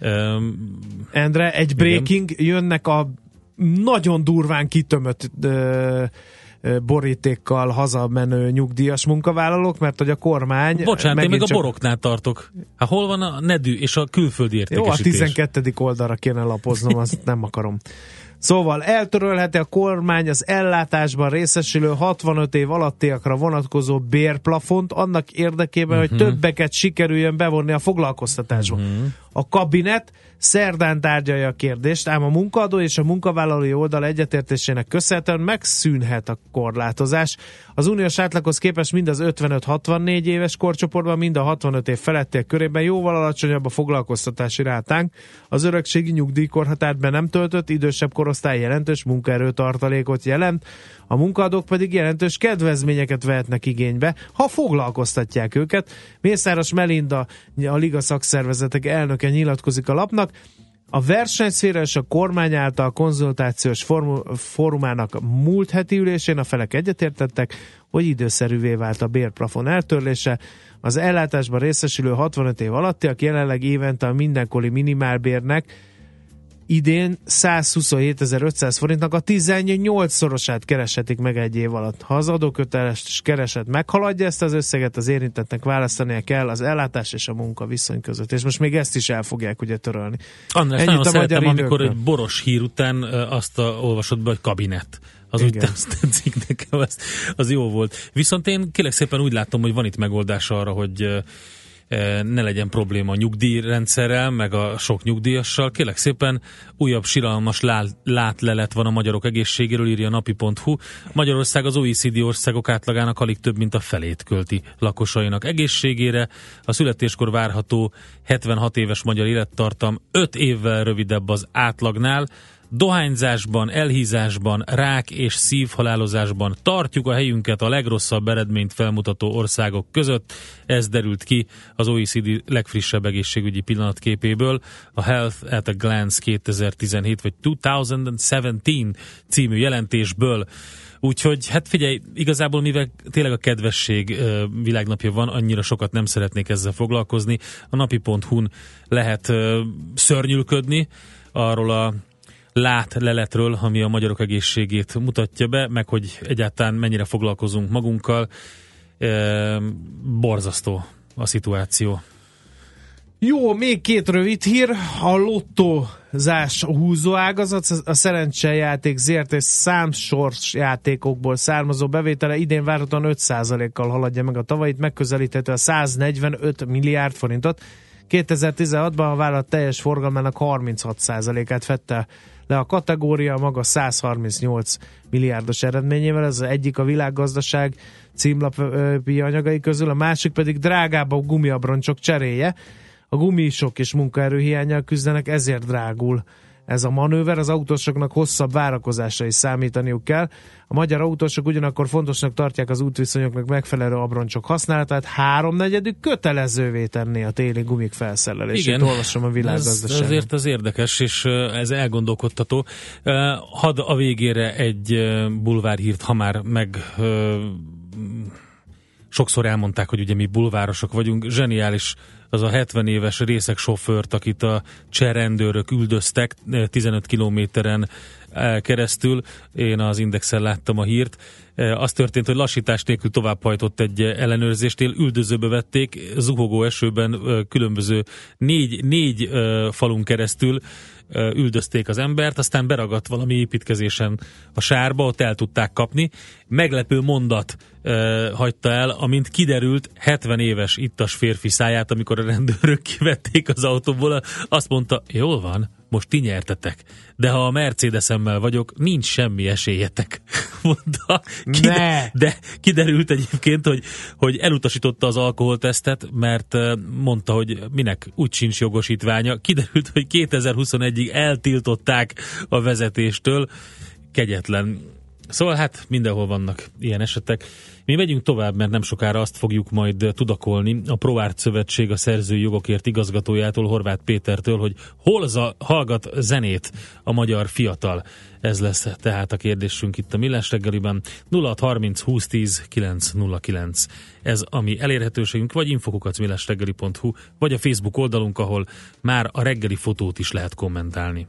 D: Endre, egy breaking, igen. Jönnek a nagyon durván kitömött ö, ö, borítékkal hazamenő nyugdíjas munkavállalók, mert hogy a kormány...
E: Bocsánat, én még
D: csak...
E: a boroknál tartok. Hát hol van a nedű és a külföldi értékesítés?
D: Jó, a tizenkettedik oldalra kéne lapoznom, azt nem akarom. Szóval eltörölheti a kormány az ellátásban részesülő hatvanöt év alattiakra vonatkozó bérplafont annak érdekében, uh-huh. hogy többeket sikerüljön bevonni a foglalkoztatásba. Uh-huh. A kabinet szerdán tárgyalja a kérdést, ám a munkaadó és a munkavállalói oldal egyetértésének köszönhetően megszűnhet a korlátozás. Az uniós átlaghoz képest mind az ötvenöt-hatvannégy éves korcsoportban, mind a hatvanöt év felettiek körében jóval alacsonyabb a foglalkoztatási rátánk. Az örökségi nyugdíjkorhatárt be nem töltött idősebb korosztály jelentős munkaerőtartalékot jelent, a munkaadók pedig jelentős kedvezményeket vehetnek igénybe, ha foglalkoztatják őket. Mészáros Melinda, a Liga szakszervezetek elnöke nyilatkozik a lapnak. A versenyszféra és a kormány által konzultációs formu- fórumának múlt heti ülésén a felek egyetértettek, hogy időszerűvé vált a bérplafon eltörlése. Az ellátásban részesülő hatvanöt év alattiak jelenleg évente a mindenkori minimálbérnek idén százhuszonhétezer-ötszáz forintnak a tizennyolcszorosát kereshetik meg egy év alatt. Ha az adóköteles kereset meghaladja ezt az összeget, az érintettnek választania kell az ellátás és a munka viszony között. És most még ezt is el fogják ugye törölni.
E: András, nagyon szeretem, amikor egy boros hír után azt a, olvasod be, hogy kabinet. Az igen. Úgy azt tetszik nekem, az, az jó volt. Viszont én kérlek szépen úgy látom, hogy van itt megoldás arra, hogy ne legyen probléma a nyugdíjrendszerrel, meg a sok nyugdíjassal. Kérlek szépen, újabb siralmas látlelet van a magyarok egészségéről, írja napi pont hu. Magyarország az o e cé dé országok átlagának alig több, mint a felét költi lakosainak egészségére. A születéskor várható hetvenhat éves magyar élettartam öt évvel rövidebb az átlagnál. Dohányzásban, elhízásban, rák és szívhalálozásban tartjuk a helyünket a legrosszabb eredményt felmutató országok között. Ez derült ki az o e cé dé legfrissebb egészségügyi pillanatképéből. A Health at a Glance kétezer-tizenhét vagy kétezer-tizenhét című jelentésből. Úgyhogy, hát figyelj, igazából mivel tényleg a kedvesség uh, világnapja van, annyira sokat nem szeretnék ezzel foglalkozni. A napi pont hu-n lehet uh, szörnyülködni arról a látleletről, ami a magyarok egészségét mutatja be, meg hogy egyáltalán mennyire foglalkozunk magunkkal. E, borzasztó a szituáció.
D: Jó, még két rövid hír. A lottózás húzóágazat, a szerencsejáték zé er té számsors játékokból származó bevétele idén várhatóan öt százalékkal haladja meg a tavalyit, megközelíthető a száznegyvenöt milliárd forintot. kétezer-tizenhatban a vállalat teljes forgalmának harminchat százalékát fette le a kategória maga száz harmincnyolc milliárdos eredményével. Ez az egyik a világgazdaság címlapi anyagai közül, a másik pedig drágább a gumiabroncsok cseréje. A gumisok és munkaerőhiánnyal küzdenek, ezért drágul ez a manőver. Az autósoknak hosszabb várakozásra is számítaniuk kell. A magyar autósok ugyanakkor fontosnak tartják az útviszonyoknak megfelelő abroncsok használatát, háromnegyedük kötelezővé tenni a téli gumik felszerelését. Igen, olvasom a Világgazdaságon.
E: Ez azért az érdekes, és ez elgondolkodtató. Hadd a végére egy bulvárhírt, ha már meg sokszor elmondták, hogy ugye mi bulvárosok vagyunk. Zseniális az a hetven éves részeg sofőrt, akit a cseh rendőrök üldöztek tizenöt kilométeren keresztül. Én az Indexen láttam a hírt. Az történt, hogy lassítás nélkül továbbhajtott egy ellenőrzéstél, üldözőbe vették, zuhogó esőben különböző négy, négy falun keresztül üldözték az embert, aztán beragadt valami építkezésen a sárba, ott el tudták kapni. Meglepő mondat uh, hagyta el, amint kiderült hetven éves ittas férfi száját, amikor a rendőrök kivették az autóból, azt mondta, jól van, most ti nyertetek, de ha a Mercedesemmel vagyok, nincs semmi esélyetek. Mondta. Kide- de kiderült egyébként, hogy, hogy elutasította az alkoholtesztet, mert mondta, hogy minek, úgy sincs jogosítványa. Kiderült, hogy kétezer-huszonegyig eltiltották a vezetéstől. Kegyetlen. Szóval hát mindenhol vannak ilyen esetek. Mi megyünk tovább, mert nem sokára azt fogjuk majd tudakolni a ProArt Szövetség a szerzői jogokért igazgatójától, Horváth Pétertől, hogy hol za- hallgat zenét a magyar fiatal. Ez lesz tehát a kérdésünk itt a Millás reggeliben. nulla hat harminc húsz tíz kilenc nulla kilenc. Ez a mi elérhetőségünk, vagy infokukac millásreggeli pont hu, vagy a Facebook oldalunk, ahol már a reggeli fotót is lehet kommentálni.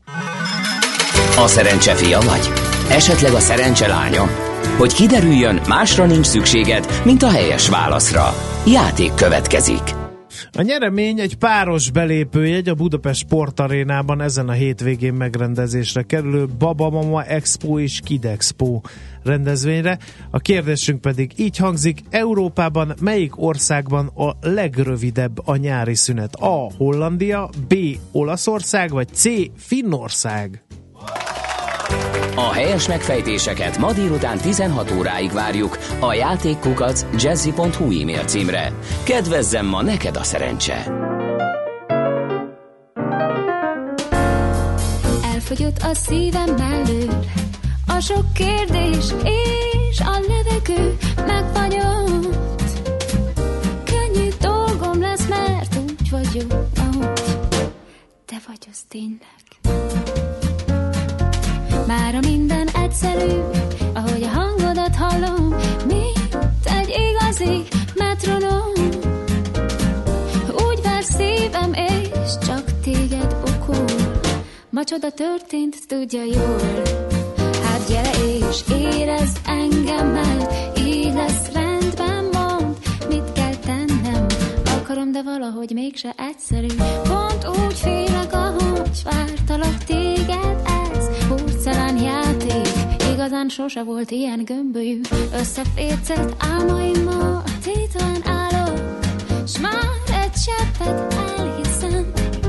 A: A szerencse fia vagy? Esetleg a szerencse lánya? Hogy kiderüljön, másra nincs szükséged, mint a helyes válaszra. Játék következik.
D: A nyeremény egy páros belépőjegy a Budapest Sportarénában ezen a hétvégén megrendezésre kerülő Baba Mama Expo és Kid Expo rendezvényre. A kérdésünk pedig így hangzik: Európában melyik országban a legrövidebb a nyári szünet? A. Hollandia, B. Olaszország, vagy C. Finnország?
A: A helyes megfejtéseket ma délután tizenhat óráig várjuk a játékkukac jazzy pont hu e-mail címre. Kedvezzem ma neked a szerencse!
L: Elfogyott a szívem mellől a sok kérdés és a levegő megfagyott. Könnyű dolgom lesz, mert úgy vagyok, ahogy te vagy, az tényleg. Mára minden egyszerű, ahogy a hangodat hallom, mint egy igazi metronom. Úgy ver szívem, és csak téged okol. Ma csoda történt, tudja jól. Hát gyere és érezd engem, mert így lesz rendben, mondd, mit kell tennem. Akarom, de valahogy mégse egyszerű. Pont úgy félek, ahogy vártalak téged, ez porcelán játék, igazán sose volt ilyen gömbölyű. Összefécett álmaimmal tétlen állok, s már egy cseppet elhiszem.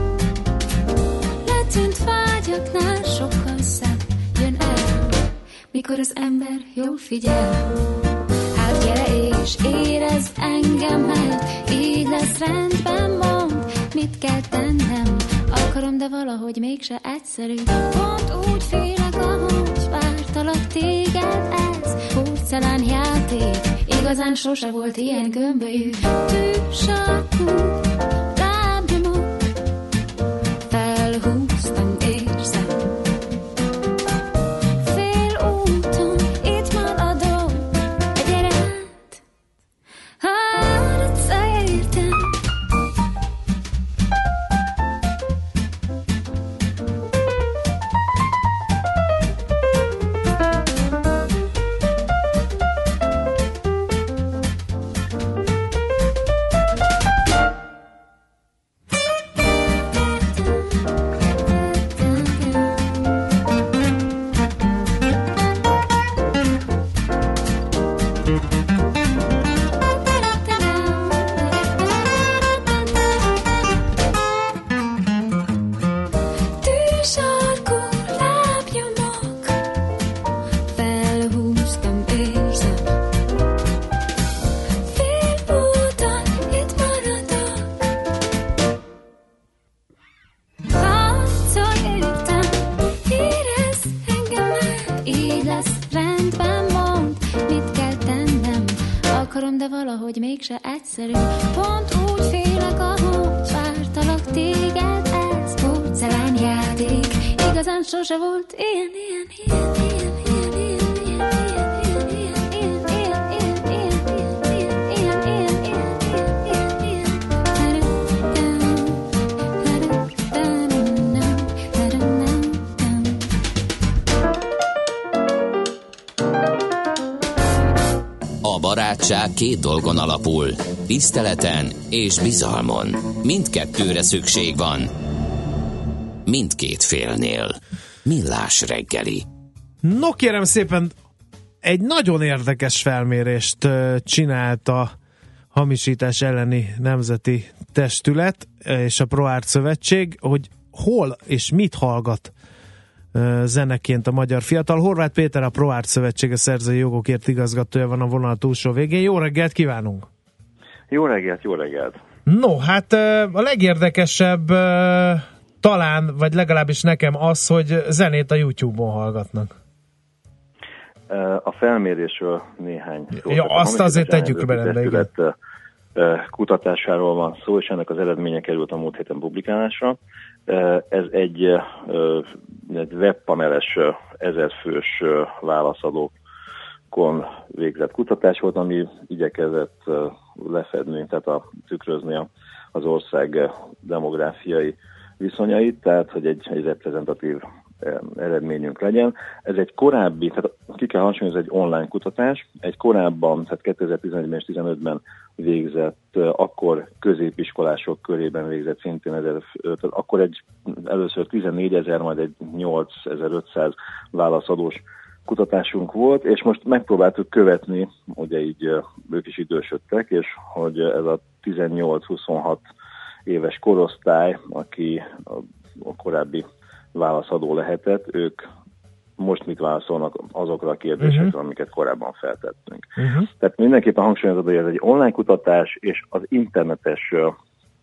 L: Letűnt vágyaknál sokkal szebb jön el, mikor az ember jól figyel. Hát gyere és érezd engem, mert így lesz rendben, mondd, mit kell tennem. Akarom, de valahogy mégse egyszerű. Pont úgy félek, ahogy vártalak téged, ez porcelán játék, igazán sose volt ilyen gömbölyű. Tűsarkú lábnyomok felhúztam, érzem. Fél úton itt maradok, gyere át, hát értem. hogy mégse egyszerű. Pont úgy félek, ahogy vártalak téged, ez porcelánjáték. Igazán sose volt ilyen, ilyen, ilyen, ilyen, ilyen, ilyen, ilyen, ilyen, ilyen,
A: A barátság két dolgon alapul, tiszteleten és bizalmon. Mindkettőre szükség van. Mindkét félnél. Millás reggeli.
D: No kérem szépen, egy nagyon érdekes felmérést csinált a hamisítás elleni nemzeti testület és a ProArt Szövetség, hogy hol és mit hallgat zeneként a magyar fiatal. Horváth Péter, a ProArt Szövetség a szerzői jogokért igazgatója van a vonal túlsó végén. Jó reggelt kívánunk!
M: Jó reggelt, jó reggelt!
D: No, hát a legérdekesebb talán, vagy legalábbis nekem az, hogy zenét a YouTube-on hallgatnak.
M: A felmérésről néhány szó.
D: Ja, azt azért tegyük be rendbe.
M: Kutatásáról van szó, és ennek az eredménye került a múlt héten publikálásra. Ez egy, egy webpaneles ezerfős válaszadókon végzett kutatás volt, ami igyekezett lefedni, tehát a, tükrözni az ország demográfiai viszonyait, tehát hogy egy, egy reprezentatív eredményünk legyen. Ez egy korábbi, tehát ki kell hangsúlyozni, ez egy online kutatás, egy korábban, tehát kétezer-tizenegyben és tizenötben végzett, akkor középiskolások körében végzett szintén, ezer, tehát akkor egy először tizennégyezer, majd egy nyolcezer-ötszáz válaszadós kutatásunk volt, és most megpróbáltuk követni, ugye így ők is idősödtek, és hogy ez a tizennyolc-huszonhat éves korosztály, aki a korábbi válaszadó lehetett, ők most mit válaszolnak azokra a kérdésekre, uh-huh. amiket korábban feltettünk. Uh-huh. Tehát mindenképpen hangsúlyozod, hogy ez egy online kutatás, és az internetes uh,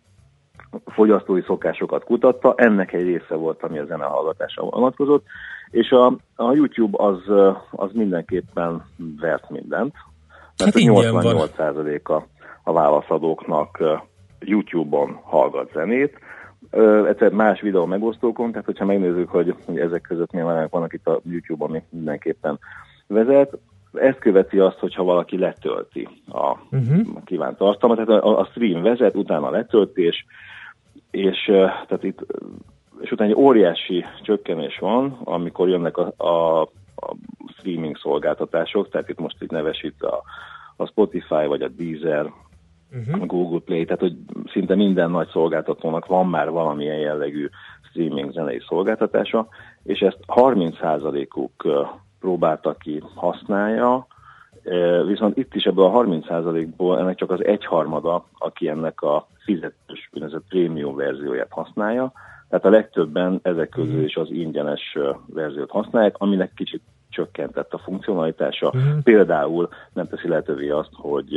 M: fogyasztói szokásokat kutatta, ennek egy része volt, ami a zenehallgatásra vonatkozott, és a, a YouTube az, uh, az mindenképpen vert mindent. Tehát hát nyolcvannyolc százaléka a válaszadóknak uh, YouTube-on hallgat zenét, Ö, egyszer más videó megosztókon, tehát hogyha megnézzük, hogy, hogy ezek között milyen vannak itt a YouTube, ami mindenképpen vezet, ezt követi azt, hogyha valaki letölti a uh-huh. kívánt tartalmat, tehát a, a stream vezet, utána a letöltés, és, tehát itt, és utána egy óriási csökkenés van, amikor jönnek a, a, a streaming szolgáltatások, tehát itt most így nevesít a, a Spotify vagy a Deezer, Uh-huh. Google Play, tehát hogy szinte minden nagy szolgáltatónak van már valamilyen jellegű streaming zenei szolgáltatása, és ezt harminc százalékuk próbálta ki, használja, viszont itt is ebből a harminc százalékból ennek csak az egyharmada, aki ennek a fizetős, úgynevezett prémium verzióját használja, tehát a legtöbben ezek közül is az ingyenes verziót használják, aminek kicsit csökkentett a funkcionalitása, uh-huh. például nem teszi lehetővé azt, hogy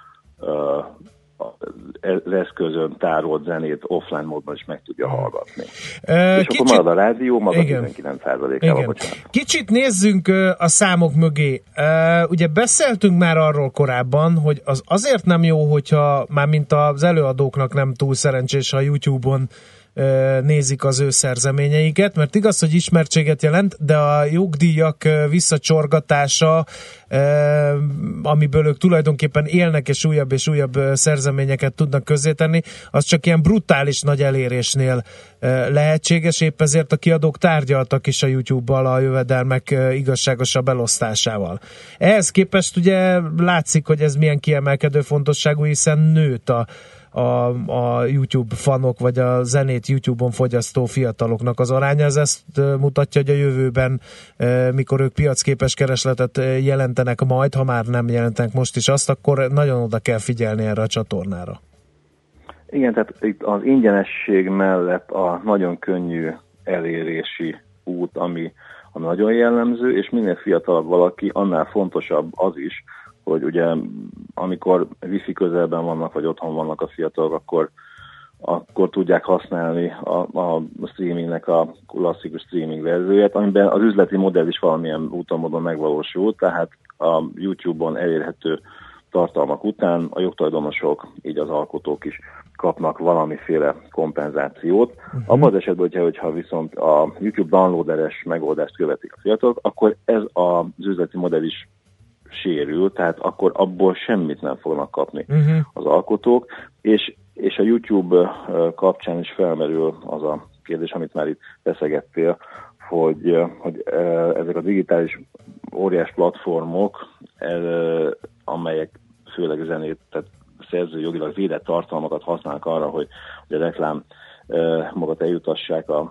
M: az eszközön tárolt zenét offline módban is meg tudja hallgatni. Uh, és kicsit, akkor marad a rádió, maga igen, tizenkilenc százalékával, bocsánat.
D: Kicsit nézzünk a számok mögé. Uh, ugye beszéltünk már arról korábban, hogy az azért nem jó, hogyha már mint az előadóknak nem túl szerencsés, ha YouTube-on nézik az ő szerzeményeiket, mert igaz, hogy ismertséget jelent, de a jogdíjak visszacsorgatása, amiből ők tulajdonképpen élnek és újabb és újabb szerzeményeket tudnak közzétenni, az csak ilyen brutális nagy elérésnél lehetséges, épp ezért a kiadók tárgyaltak is a YouTube-bal a jövedelmek igazságosabb elosztásával. Ehhez képest ugye látszik, hogy ez milyen kiemelkedő fontosságú, hiszen nőtt a A, a YouTube fanok, vagy a zenét YouTube-on fogyasztó fiataloknak az aránya. Ez ezt mutatja, hogy a jövőben, mikor ők piacképes keresletet jelentenek majd, ha már nem jelentenek most is azt, akkor nagyon oda kell figyelni erre a csatornára.
M: Igen, tehát itt az ingyenesség mellett a nagyon könnyű elérési út, ami, ami nagyon jellemző, és minél fiatalabb valaki, annál fontosabb az is, hogy ugye amikor wifi közelben vannak, vagy otthon vannak a fiatalok, akkor, akkor tudják használni a, a streamingnek a klasszikus streaming verzióját, amiben az üzleti modell is valamilyen úton módon megvalósul, tehát a YouTube-on elérhető tartalmak után a jogtulajdonosok, így az alkotók is kapnak valamiféle kompenzációt. Uh-huh. Abban az esetben, hogyha, hogyha viszont a YouTube downloaderes megoldást követik a fiatalok, akkor ez az üzleti modell is sérül, tehát akkor abból semmit nem fognak kapni uh-huh. az alkotók, és, és a YouTube kapcsán is felmerül az a kérdés, amit már itt beszegettél, hogy, hogy ezek a digitális óriás platformok, amelyek főleg zenét, tehát szerzőjogilag védett tartalmakat használnak arra, hogy, hogy a reklám magat eljutassák a,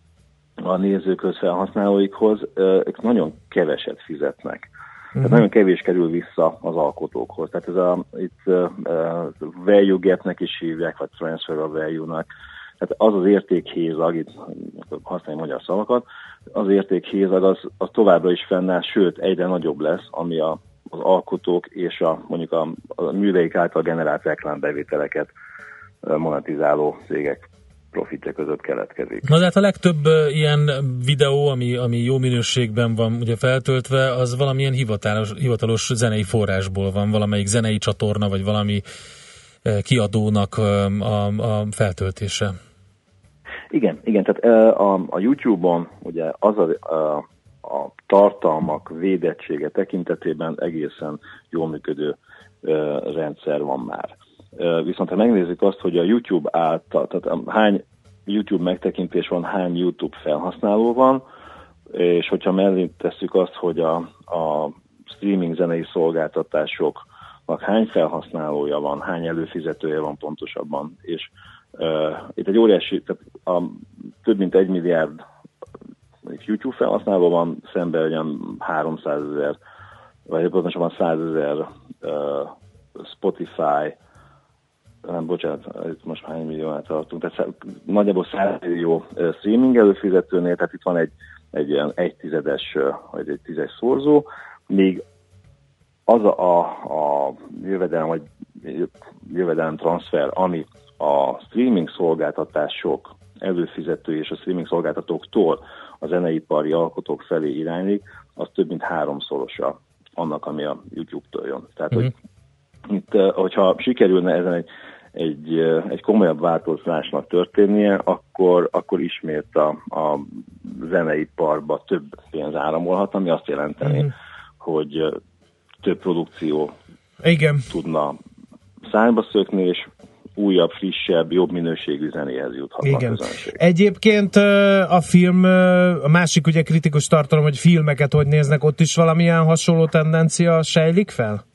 M: a nézőkhöz, felhasználóikhoz, ők nagyon keveset fizetnek. Uh-huh. Tehát nagyon kevés kerül vissza az alkotókhoz. Tehát ez a, itt uh, value gapnek is hívják, vagy transfer of value-nak. Tehát az az értékhézag, itt használni magyar szavakat, az értékhézag az, az továbbra is fennáll, sőt egyre nagyobb lesz, ami a, az alkotók és a, mondjuk a, a műveik által generált reklámbevételeket monetizáló cégek profitja között keletkezik.
E: Na de hát a legtöbb uh, ilyen videó, ami, ami jó minőségben van ugye feltöltve, az valamilyen hivatalos, hivatalos zenei forrásból van, valamelyik zenei csatorna, vagy valami uh, kiadónak uh, a, a feltöltése.
M: Igen, igen, tehát uh, a, a YouTube-on ugye az a, a, a tartalmak védettsége tekintetében egészen jól működő uh, rendszer van már. Viszont ha megnézzük azt, hogy a YouTube által, tehát hány YouTube megtekintés van, hány YouTube felhasználó van, és hogyha mellé tesszük azt, hogy a, a streaming zenei szolgáltatásoknak hány felhasználója van, hány előfizetője van pontosabban, és uh, itt egy óriási, tehát a, több mint egy milliárd YouTube felhasználó van, szemben olyan háromszázezer, vagy pontosabban százezer uh, Spotify, nem, bocsánat, itt most hány milliónál tartunk, tehát nagyjából száz millió streaming előfizetőnél, tehát itt van egy, egy ilyen egy tizedes, vagy egy tízes szorzó, míg az a, a, a jövedelem, vagy jövedelem transfer, ami a streaming szolgáltatások előfizetői és a streaming szolgáltatóktól a zeneipari alkotók felé iránylik, az több mint háromszorosa annak, ami a YouTube-től jön. Tehát, mm-hmm. hogy itt, hogyha sikerülne ezen egy Egy, egy komolyabb változásnak történnie, akkor, akkor ismét a, a zeneiparba több pénz áramolhat, ami azt jelenteni, mm. hogy több produkció
D: Igen.
M: tudna szárnyba szökni, és újabb, frissebb, jobb minőségű zenéhez juthatnak
D: Igen.
M: közönség.
D: Egyébként a film, a másik ugye kritikus tartalom, hogy filmeket hogy néznek, ott is valamilyen hasonló tendencia sejlik fel?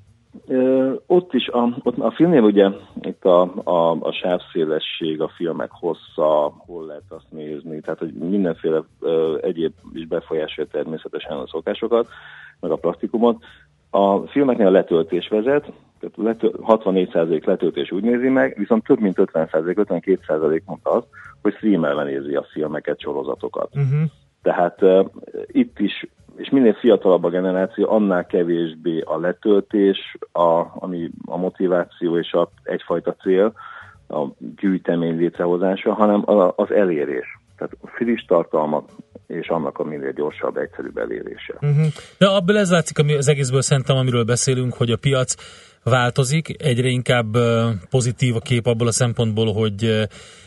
M: Ö, ott is, a, ott a filmnél ugye itt a, a, a sávszélesség, a filmek hossza, hol lehet azt nézni, tehát hogy mindenféle ö, egyéb is befolyásolja természetesen a szokásokat, meg a praktikumot. A filmeknél a letöltés vezet, tehát letö, hatvannégy százalék letöltés úgy nézi meg, viszont több mint ötven százalék, ötvenkét százalék mondta az, hogy streamelve nézi a filmeket, sorozatokat. Uh-huh. Tehát uh, itt is, és minél fiatalabb a generáció, annál kevésbé a letöltés, a, ami a motiváció és a, egyfajta cél, a gyűjtemény létrehozása, hanem az elérés. Tehát a friss tartalmak és annak a minél gyorsabb, egyszerűbb elérése.
E: Uh-huh. De abból ez látszik ami az egészből szerintem, amiről beszélünk, hogy a piac változik, egyre inkább pozitív a kép abból a szempontból, hogy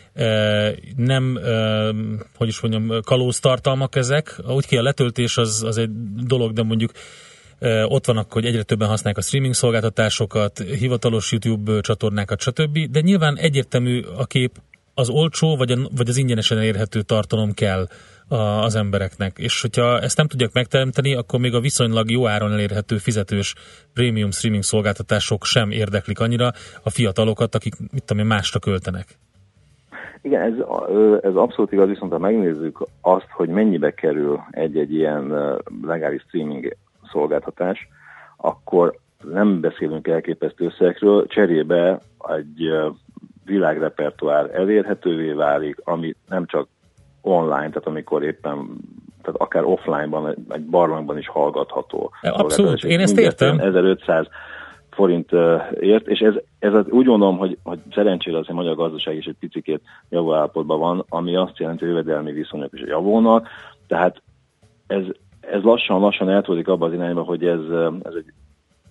E: nem, hogy is mondjam, kalóztartalmak ezek. Úgy ki a letöltés az, az egy dolog, de mondjuk ott vannak, hogy egyre többen használják a streaming szolgáltatásokat, hivatalos YouTube csatornákat, stb. De nyilván egyértelmű a kép, az olcsó, vagy, a, vagy az ingyenesen elérhető tartalom kell a, az embereknek. És hogyha ezt nem tudják megteremteni, akkor még a viszonylag jó áron elérhető fizetős prémium streaming szolgáltatások sem érdeklik annyira a fiatalokat, akik mit tudom én, másra költenek.
M: Igen, ez, ez abszolút igaz, viszont ha megnézzük azt, hogy mennyibe kerül egy-egy ilyen legális streaming szolgáltatás, akkor nem beszélünk elképesztő összegekről, cserébe egy világrepertoár elérhetővé válik, ami nem csak online, tehát amikor éppen, tehát akár offline-ban, egy barlangban is hallgatható.
E: Abszolút, én ezt értem.
M: ezerötszáz forint ért, és ez, ez az, úgy gondolom, hogy, hogy szerencsére az a magyar gazdaság is egy picikét javuló állapotban van, ami azt jelenti, hogy jövedelmi viszonyok is javulnak, tehát ez, ez lassan-lassan eltolódik abba az irányba, hogy ez, ez egy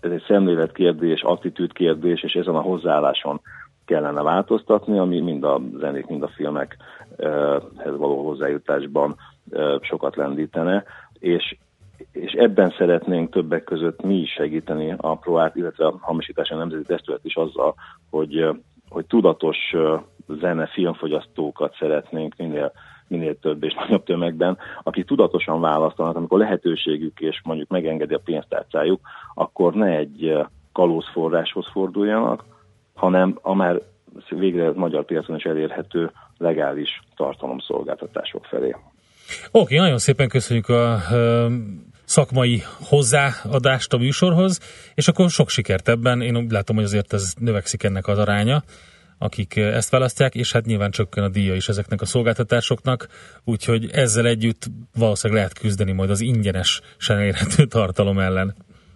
M: ez egy szemléletkérdés, attitűdkérdés, és ezen a hozzáálláson kellene változtatni, ami mind a zenék, mind a filmekhez való hozzájutásban sokat lendítene, és, és ebben szeretnénk többek között mi is segíteni a ProArt, illetve a Hamisítási Nemzeti Testület is azzal, hogy, hogy tudatos zene, filmfogyasztókat szeretnénk minél, minél több és nagyobb tömegben, akik tudatosan választanak, amikor lehetőségük és mondjuk megengedi a pénztárcájuk, akkor ne egy kalózforráshoz forduljanak, hanem a már végre magyar piacon is elérhető legális tartalomszolgáltatások felé.
E: Oké, okay, nagyon szépen köszönjük a ö, szakmai hozzáadást a műsorhoz, és akkor sok sikert ebben. Én látom, hogy azért ez növekszik ennek az aránya, akik ezt választják, és hát nyilván csökken a díja is ezeknek a szolgáltatásoknak, úgyhogy ezzel együtt valószínűleg lehet küzdeni majd az ingyenesen elérhető tartalom ellen.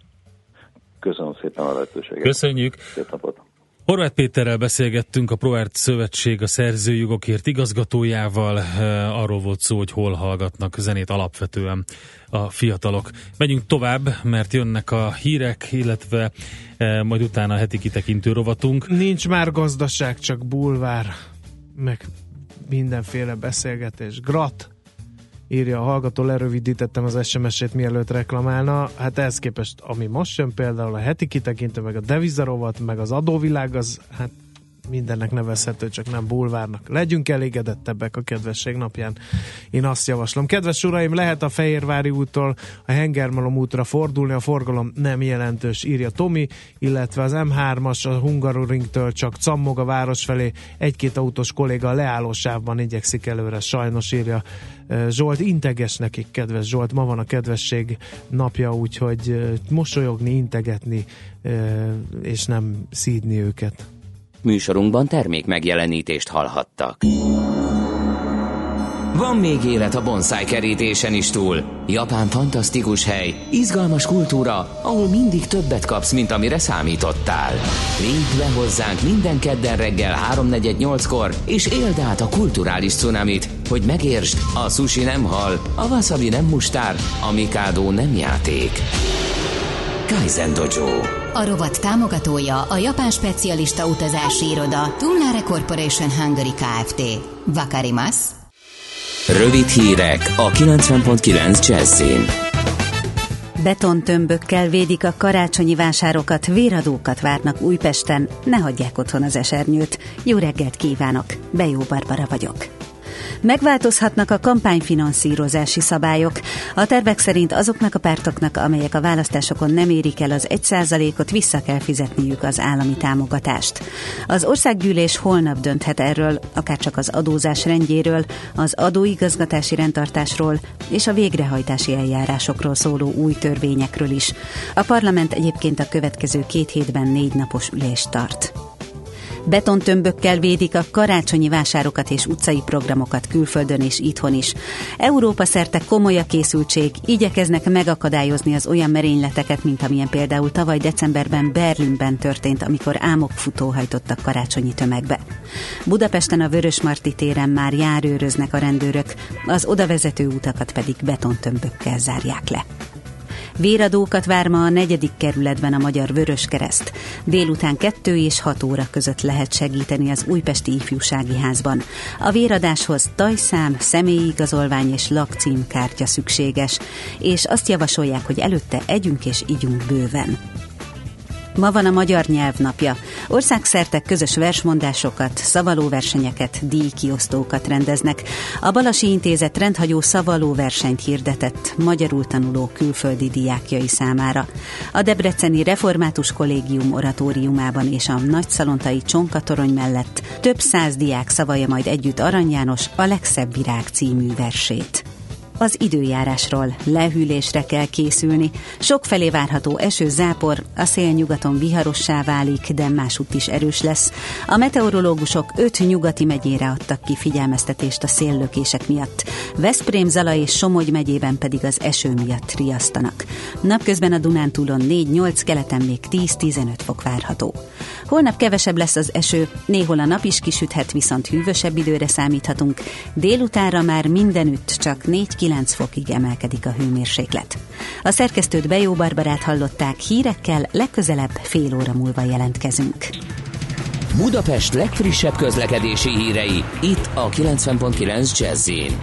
M: Köszönöm szépen a lehetőséget.
E: Köszönjük.
M: Szép napot.
E: Horváth Péterrel beszélgettünk, a ProArt Szövetség a szerzőjogokért igazgatójával. Arról volt szó, hogy hol hallgatnak zenét alapvetően a fiatalok. Megyünk tovább, mert jönnek a hírek, illetve majd utána a heti kitekintő rovatunk.
D: Nincs már gazdaság, csak bulvár, meg mindenféle beszélgetés. Grat, írja a hallgató, lerövidítettem az es em es-ét, mielőtt reklamálna. Hát ehhez képest, ami most jön, például a heti kitekintő, meg a devizarovat, meg az adóvilág, az hát mindennek nevezhető, csak nem bulvárnak. Legyünk elégedettebbek a kedvesség napján. Én azt javaslom. Kedves uraim, lehet a Fehérvári úttól a Hengermalom útra fordulni, a forgalom nem jelentős, írja Tomi, illetve az em hármas a Hungaroringtől csak cammog a város felé, egy-két autós kolléga a leállósávban igyekszik előre, sajnos, írja Zsolt. Integes nekik, kedves Zsolt, ma van a kedvesség napja, úgyhogy mosolyogni, integetni, és nem szídni őket.
A: Műsorunkban termék megjelenítést hallhattak. Van még élet a bonsai kerítésen is túl. Japán fantasztikus hely, izgalmas kultúra, ahol mindig többet kapsz, mint amire számítottál. Lépj le hozzánk minden kedden reggel háromnegyed nyolckor, és éld át a kulturális cunamit, hogy megértsd, a sushi nem hal, a wasabi nem mustár, a mikádó nem játék. Kaizen Dojo.
N: A rovat támogatója a japán specialista utazási iroda Tumnare Corporation Hungary Kft. Wakarimasu.
A: Rövid hírek a kilencven pont kilenc Jazzin.
J: Betontömbökkel védik a karácsonyi vásárokat, véradókat várnak Újpesten, ne hagyják otthon az esernyőt. Jó reggelt kívánok, Bejó Barbara vagyok. Megváltozhatnak a kampányfinanszírozási szabályok. A tervek szerint azoknak a pártoknak, amelyek a választásokon nem érik el az egy százalékot, vissza kell fizetniük az állami támogatást. Az országgyűlés holnap dönthet erről, akárcsak az adózás rendjéről, az adóigazgatási rendtartásról és a végrehajtási eljárásokról szóló új törvényekről is. A parlament egyébként a következő két hétben négy napos ülést tart. Betontömbökkel védik a karácsonyi vásárokat és utcai programokat külföldön és itthon is. Európa szerte komoly a készültség, igyekeznek megakadályozni az olyan merényleteket, mint amilyen például tavaly decemberben Berlinben történt, amikor ámokfutó hajtottak karácsonyi tömegbe. Budapesten a Vörösmarty téren már járőröznek a rendőrök, az odavezető utakat pedig betontömbökkel zárják le. Véradókat vár ma a negyedik kerületben a Magyar Vöröskereszt. Délután kettő és hat óra között lehet segíteni az Újpesti Ifjúsági Házban. A véradáshoz tajszám, személyigazolvány és lakcímkártya szükséges, és azt javasolják, hogy előtte együnk és igyunk bőven. Ma van a Magyar Nyelvnapja. Országszerte közös versmondásokat, szavalóversenyeket, díjkiosztókat rendeznek. A Balasi Intézet rendhagyó szavalóversenyt hirdetett magyarul tanuló külföldi diákjai számára. A Debreceni Református Kollégium oratóriumában és a Nagyszalontai Csonka-torony mellett több száz diák szavalja majd együtt Arany János A legszebb virág című versét. Az időjárásról: lehűlésre kell készülni. Sokfelé várható eső, zápor, a szél nyugaton viharossá válik, de másútt is erős lesz. A meteorológusok öt nyugati megyére adtak ki figyelmeztetést a széllökések miatt. Veszprém, Zala és Somogy megyében pedig az eső miatt riasztanak. Napközben a Dunántúlon négy-nyolc, keleten még tíz-tizenöt fok várható. Holnap kevesebb lesz az eső, néhol a nap is kisüthet, viszont hűvösebb időre számíthatunk. Délutánra már mindenütt csak négy kilenc fokig emelkedik a hőmérséklet. A szerkesztőt Bejó Barbarát hallották, hírekkel legközelebb fél óra múlva jelentkezünk.
A: Budapest legfrissebb közlekedési hírei, itt a kilencven pont kilenc Jazz-in.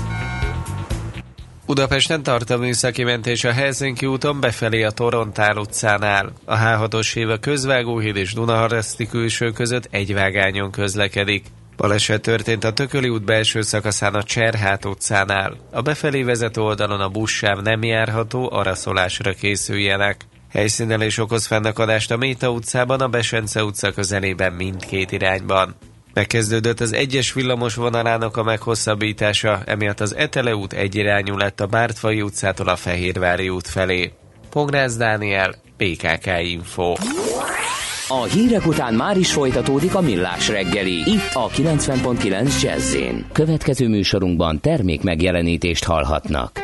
O: Budapesten tart a műszaki mentés a Helsinki úton befelé a Torontál utcánál. A há hatos híd a Közvágóhíd és Dunaharaszti külső között egy vágányon közlekedik. Baleset történt a Tököli út belső szakaszán a Cserhát utcánál. A befelé vezető oldalon a buszsáv nem járható, araszolásra készüljenek. Helyszínelés okoz fennakadást a Méta utcában, a Besence utca közelében mindkét irányban. Megkezdődött az egyes villamos vonalának a meghosszabbítása, emiatt az Etele út egyirányú lett a Bártfai utcától a Fehérvári út felé. Pongrász Dániel, bé ká ká Info.
A: A hírek után már is folytatódik a Millás reggeli, itt a kilencven pont kilenc Jazz-én. Következő műsorunkban termék megjelenítést hallhatnak.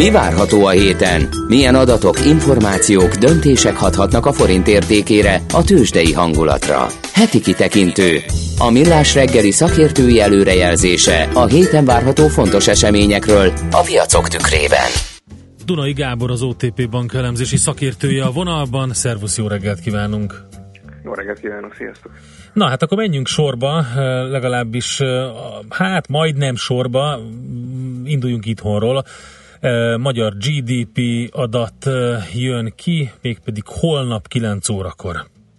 A: Mi várható a héten? Milyen adatok, információk, döntések hathatnak a forint értékére, a tőzsdei hangulatra? Heti kitekintő. A Millás reggeli szakértői előrejelzése a héten várható fontos eseményekről a piacok tükrében.
E: Dunai Gábor, az o té pé Bank elemzési szakértője a vonalban. Szervusz, jó reggelt kívánunk!
P: Jó reggelt kívánok, sziasztok!
E: Na hát akkor menjünk sorba, legalábbis hát majdnem sorba, induljunk itthonról. Magyar gé dé pé adat jön ki, mégpedig holnap kilenc órakor.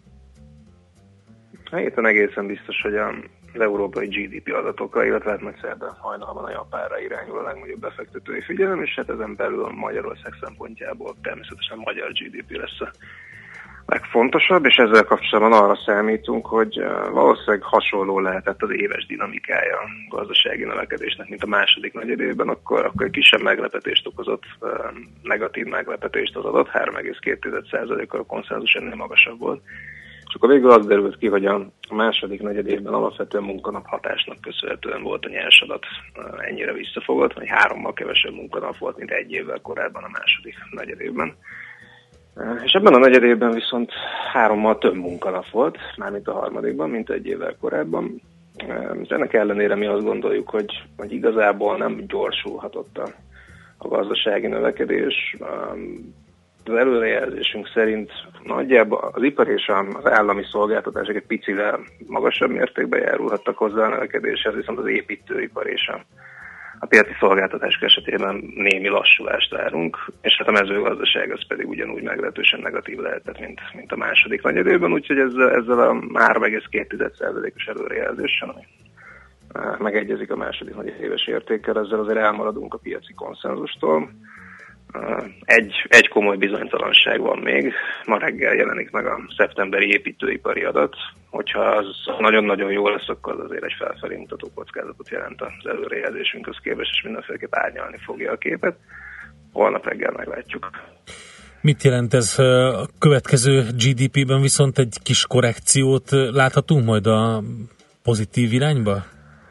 P: A héten egészen biztos, hogy az európai gé dé pé adatokkal, illetve hát majd szerdán hajnalban a Japánra irányul a legnagyobb befektetői figyelem, és hát ezen belül Magyarország szempontjából természetesen a magyar gé dé pé lesz a legfontosabb, és ezzel kapcsolatban arra számítunk, hogy valószínűleg hasonló lehetett az éves dinamikája a gazdasági növekedésnek, mint a második negyedévben, akkor, akkor egy kisebb meglepetést okozott, negatív meglepetést az adat, három egész két százalékkal a konszenzus ennél magasabb volt. És akkor végül az derült ki, hogy a második negyedévben alapvetően munkanap hatásnak köszönhetően volt a nyersadat ennyire visszafogott, vagy hárommal kevesebb munkanap volt, mint egy évvel korábban a második negyedévben. És ebben a negyedévben viszont hárommal több munkanap volt, mármint a harmadikban, mint egy évvel korábban. Ennek ellenére mi azt gondoljuk, hogy, hogy igazából nem gyorsulhatott a, a gazdasági növekedés. Az előrejelzésünk szerint nagyjából az ipar és az állami szolgáltatások egy picivel magasabb mértékben járulhattak hozzá a növekedéshez, viszont az építőipar és a A piaci szolgáltatások esetében némi lassulást várunk, és hát a mezőgazdaság az pedig ugyanúgy meglehetősen negatív lehetett, mint, mint a második negyedében, úgyhogy ezzel, ezzel a három egész két százalékos előrejelzéssel, ami megegyezik a második negyedéves értékkel, ezzel azért elmaradunk a piaci konszenzustól. Egy, egy komoly bizonytalanság van még, ma reggel jelenik meg a szeptemberi építőipari adat, hogyha az nagyon-nagyon jó lesz, akkor az azért egy felfelé mutató kockázatot jelent az előrejelzésünkhöz képest, és mindenféleképp árnyalni fogja a képet. Holnap reggel meglátjuk.
E: Mit jelent ez? A következő gé dé pében viszont egy kis korrekciót láthatunk majd a pozitív irányba?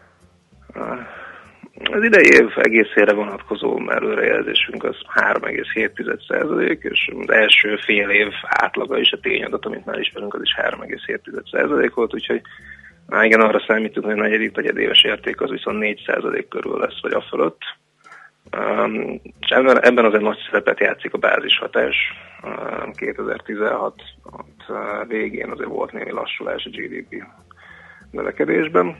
P: Az idei év egészére vonatkozó előrejelzésünk az három egész hét százalék, és az első fél év átlaga is, a tényadat, amit már ismerünk, az is három egész hét százalék volt, úgyhogy már igen, arra számítunk, hogy a negyedik negyedéves érték az viszont négy százalék körül lesz, vagy a fölött. Um, és ebben, ebben azért nagy szerepet játszik a bázishatás. Um, kétezer-tizenhat uh, végén azért volt némi lassulás a gé dé pé növekedésben.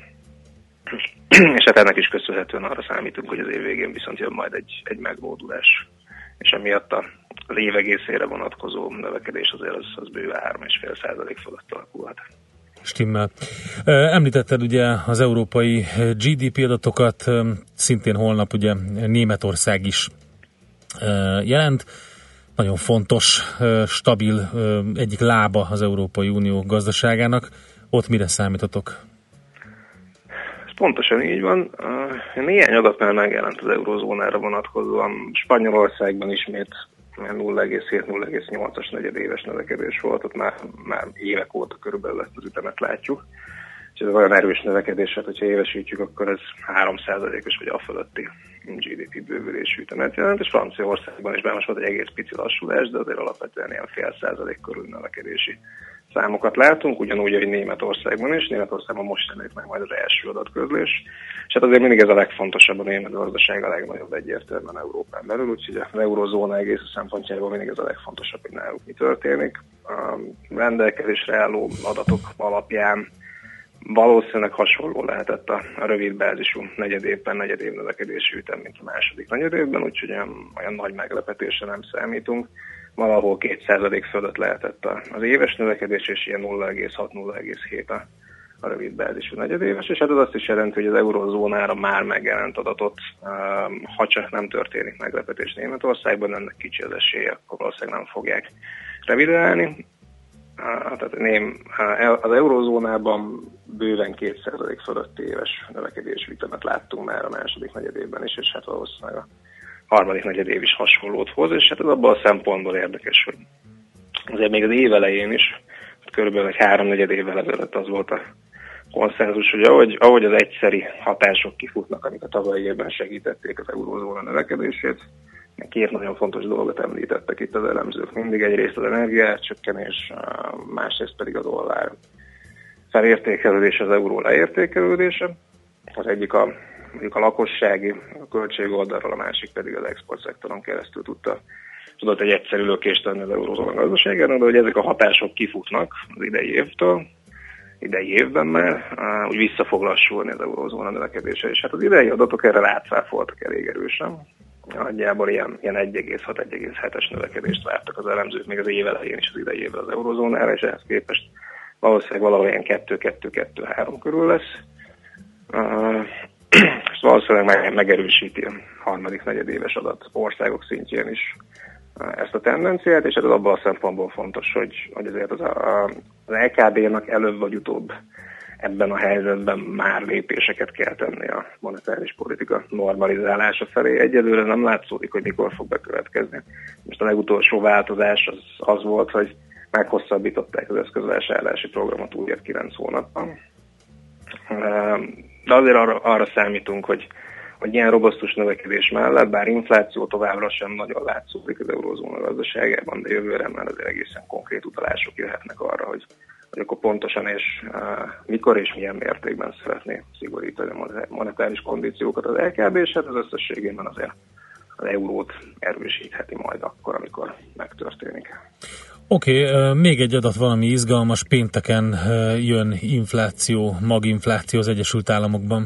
P: És hát ennek is köszönhetően arra számítunk, hogy az év végén viszont jön majd egy, egy megmódulás. És emiatt az év egészére vonatkozó növekedés azért az, az bőven három egész öt százalék fölött alakulhat.
E: Stimmel. Említetted ugye az európai gé dé pé adatokat, szintén holnap ugye Németország is jelent. Nagyon fontos, stabil egyik lába az Európai Unió gazdaságának. Ott mire számítotok?
P: Pontosan így van. Néhány adat már megjelent az eurozónára vonatkozóan. Spanyolországban ismét nulla egész hét nulla egész nyolcas negyedéves növekedés volt, ott már, már évek óta körülbelül ezt az ütemet látjuk. És ez olyan erős növekedés, hát, hogyha évesítjük, akkor ez három százalékos vagy a fölötti gé dé pé bővülésű ütemet jelent, és Franciaországban is most volt egy egész pici lassulás, de azért alapvetően ilyen fél százalék körül növekedési számokat látunk, ugyanúgy, hogy Németországban is. Németországban most jelenik meg majd az első adatközlés. És hát azért mindig ez a legfontosabb, a német gazdaság a legnagyobb egyértelműen Európán belül, úgyhogy az eurozóna egész szempontjából mindig ez a legfontosabb, hogy náluk mi történik. A rendelkezésre álló adatok alapján valószínűleg hasonló lehetett a, a rövid bázisú negyedévben, negyedév növekedési ütem, mint a második negyedévben, úgyhogy olyan, olyan nagy meglepetésre nem számítunk. Valahol két százalék fölött lehetett az éves növekedés, és ilyen nulla egész hat nulla egész hét a, a rövid bázisú negyedéves, és hát az azt is jelenti, hogy az eurozónára már megjelent adatot, ha csak nem történik meglepetés Németországban, ennek kicsi az esélye, akkor valószínűleg nem fogják reviderálni. Tehát ném, az eurozónában bőven két százalék fölötti éves növekedési ütemet láttunk már a második negyedévben is, és hát valószínűleg a harmadik negyedév is hasonlót hoz, és hát ez abban a szempontból érdekes, hogy azért még az év elején is, körülbelül egy három negyed évvel ezelőtt az volt a konszenzus, hogy ahogy, ahogy az egyszeri hatások kifutnak, amik a tavalyi évben segítették az eurózóna növekedését, Két nagyon fontos dolgot említettek itt az elemzők. Mindig egyrészt az energiaárcsökkenés, másrészt pedig a dollár felértékelődés, az euró leértékelődése. Az egyik a, mondjuk a lakossági a költség oldalról, a másik pedig az export szektoron keresztül tudta tudott egy egyszerű lökést tenni az eurózóna gazdaságának, de hogy ezek a hatások kifutnak az idei évtől, idei évben már, úgy vissza fog lassulni az eurózóna növekedése. És hát az idei adatok erre rátszáfoltak elég erősen. Nagyjából ilyen, ilyen egy egész hat - egy egész hetes növekedést vártak az elemzők még az év elején is az idei évben az eurózónára, és ehhez képest valószínűleg valahol ilyen kettő kettő kettő három körül lesz. Uh, és valószínűleg meg, megerősíti a harmadik negyedéves adat országok szintjén is uh, ezt a tendenciát, és ez abban a szempontból fontos, hogy, hogy azért az, a, az é ká bé-nak előbb vagy utóbb ebben a helyzetben már lépéseket kell tenni a monetáris politika normalizálása felé. Egyelőre nem látszódik, hogy mikor fog bekövetkezni. Most a legutolsó változás az, az volt, hogy meghosszabbították az eszközvásárlási programot újabb kilenc hónapban. De azért arra, arra számítunk, hogy, hogy ilyen robosztus növekedés mellett, bár infláció továbbra sem nagyon látszódik az eurózóna gazdaságában, de jövőre már azért egészen konkrét utalások jöhetnek arra, hogy hogy akkor pontosan és uh, mikor és milyen mértékben szeretné szigorítani a monetáris kondíciókat az é ká bé, és hát az összességében azért az eurót erősítheti majd akkor, amikor megtörténik.
E: Oké, okay, még egy adat, valami izgalmas. Pénteken jön infláció, maginfláció az Egyesült Államokban.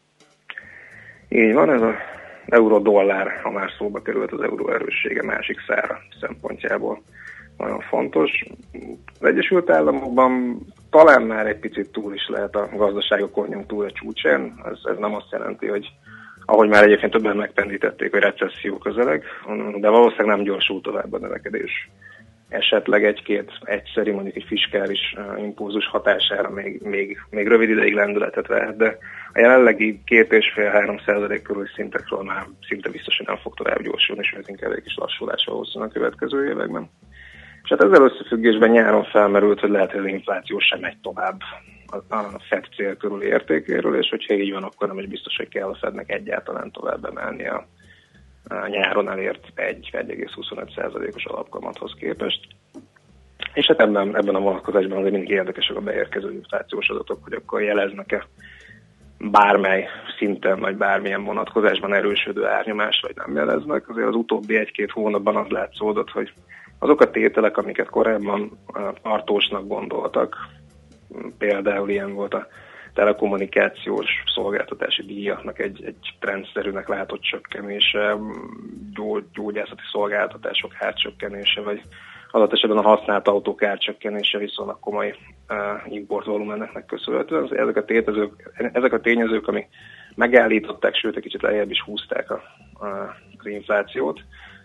P: Így van, ez az euró-dollár, ha már szóba került, az euró erőssége másik szára szempontjából nagyon fontos. Az Egyesült Államokban talán már egy picit túl is lehet a gazdaság a konjunktúra csúcsán. Ez, ez nem azt jelenti, hogy ahogy már egyébként többen megpendítették, hogy recesszió közeleg, de valószínűleg nem gyorsul tovább a növekedés. Esetleg egy-két egyszeri, mondjuk egy fiskális impulzus hatására még, még, még rövid ideig lendületet vehet, de a jelenlegi két és fél-három százalék körül szintekről már szinte biztos, hogy nem fog tovább gyorsulni, és ez inkább egy kis lassulás valószínűleg a következő években. És hát ezzel összefüggésben nyáron felmerült, hogy lehet, hogy az infláció sem megy tovább a Fed cél körüli értékéről, és hogyha így van, akkor nem is biztos, hogy kell a Fednek egyáltalán tovább emelni a nyáron elért egy - egy egész huszonöt százalékos alapkamathoz képest. És hát ebben, ebben a vonatkozásban azért mindig érdekesek a beérkező inflációs adatok, hogy akkor jeleznek-e bármely szinten, vagy bármilyen vonatkozásban erősödő árnyomás, vagy nem jeleznek. Azért az utóbbi egy-két hónapban az látszódott, hogy azok a tételek, amiket korábban tartósnak gondoltak, például ilyen volt a telekommunikációs szolgáltatási díjaknak egy, egy trendszerűnek látott csökkenése, gyógy, gyógyászati szolgáltatások árcsökkenése, vagy adott esetben a használt autók árcsökkenése viszonylag komoly uh, importvolumeneknek köszönhetően. Ezek a, tétezők, ezek a tényezők, amik megállították, sőt, egy kicsit lejjebb is húzták a, a, az inflációt.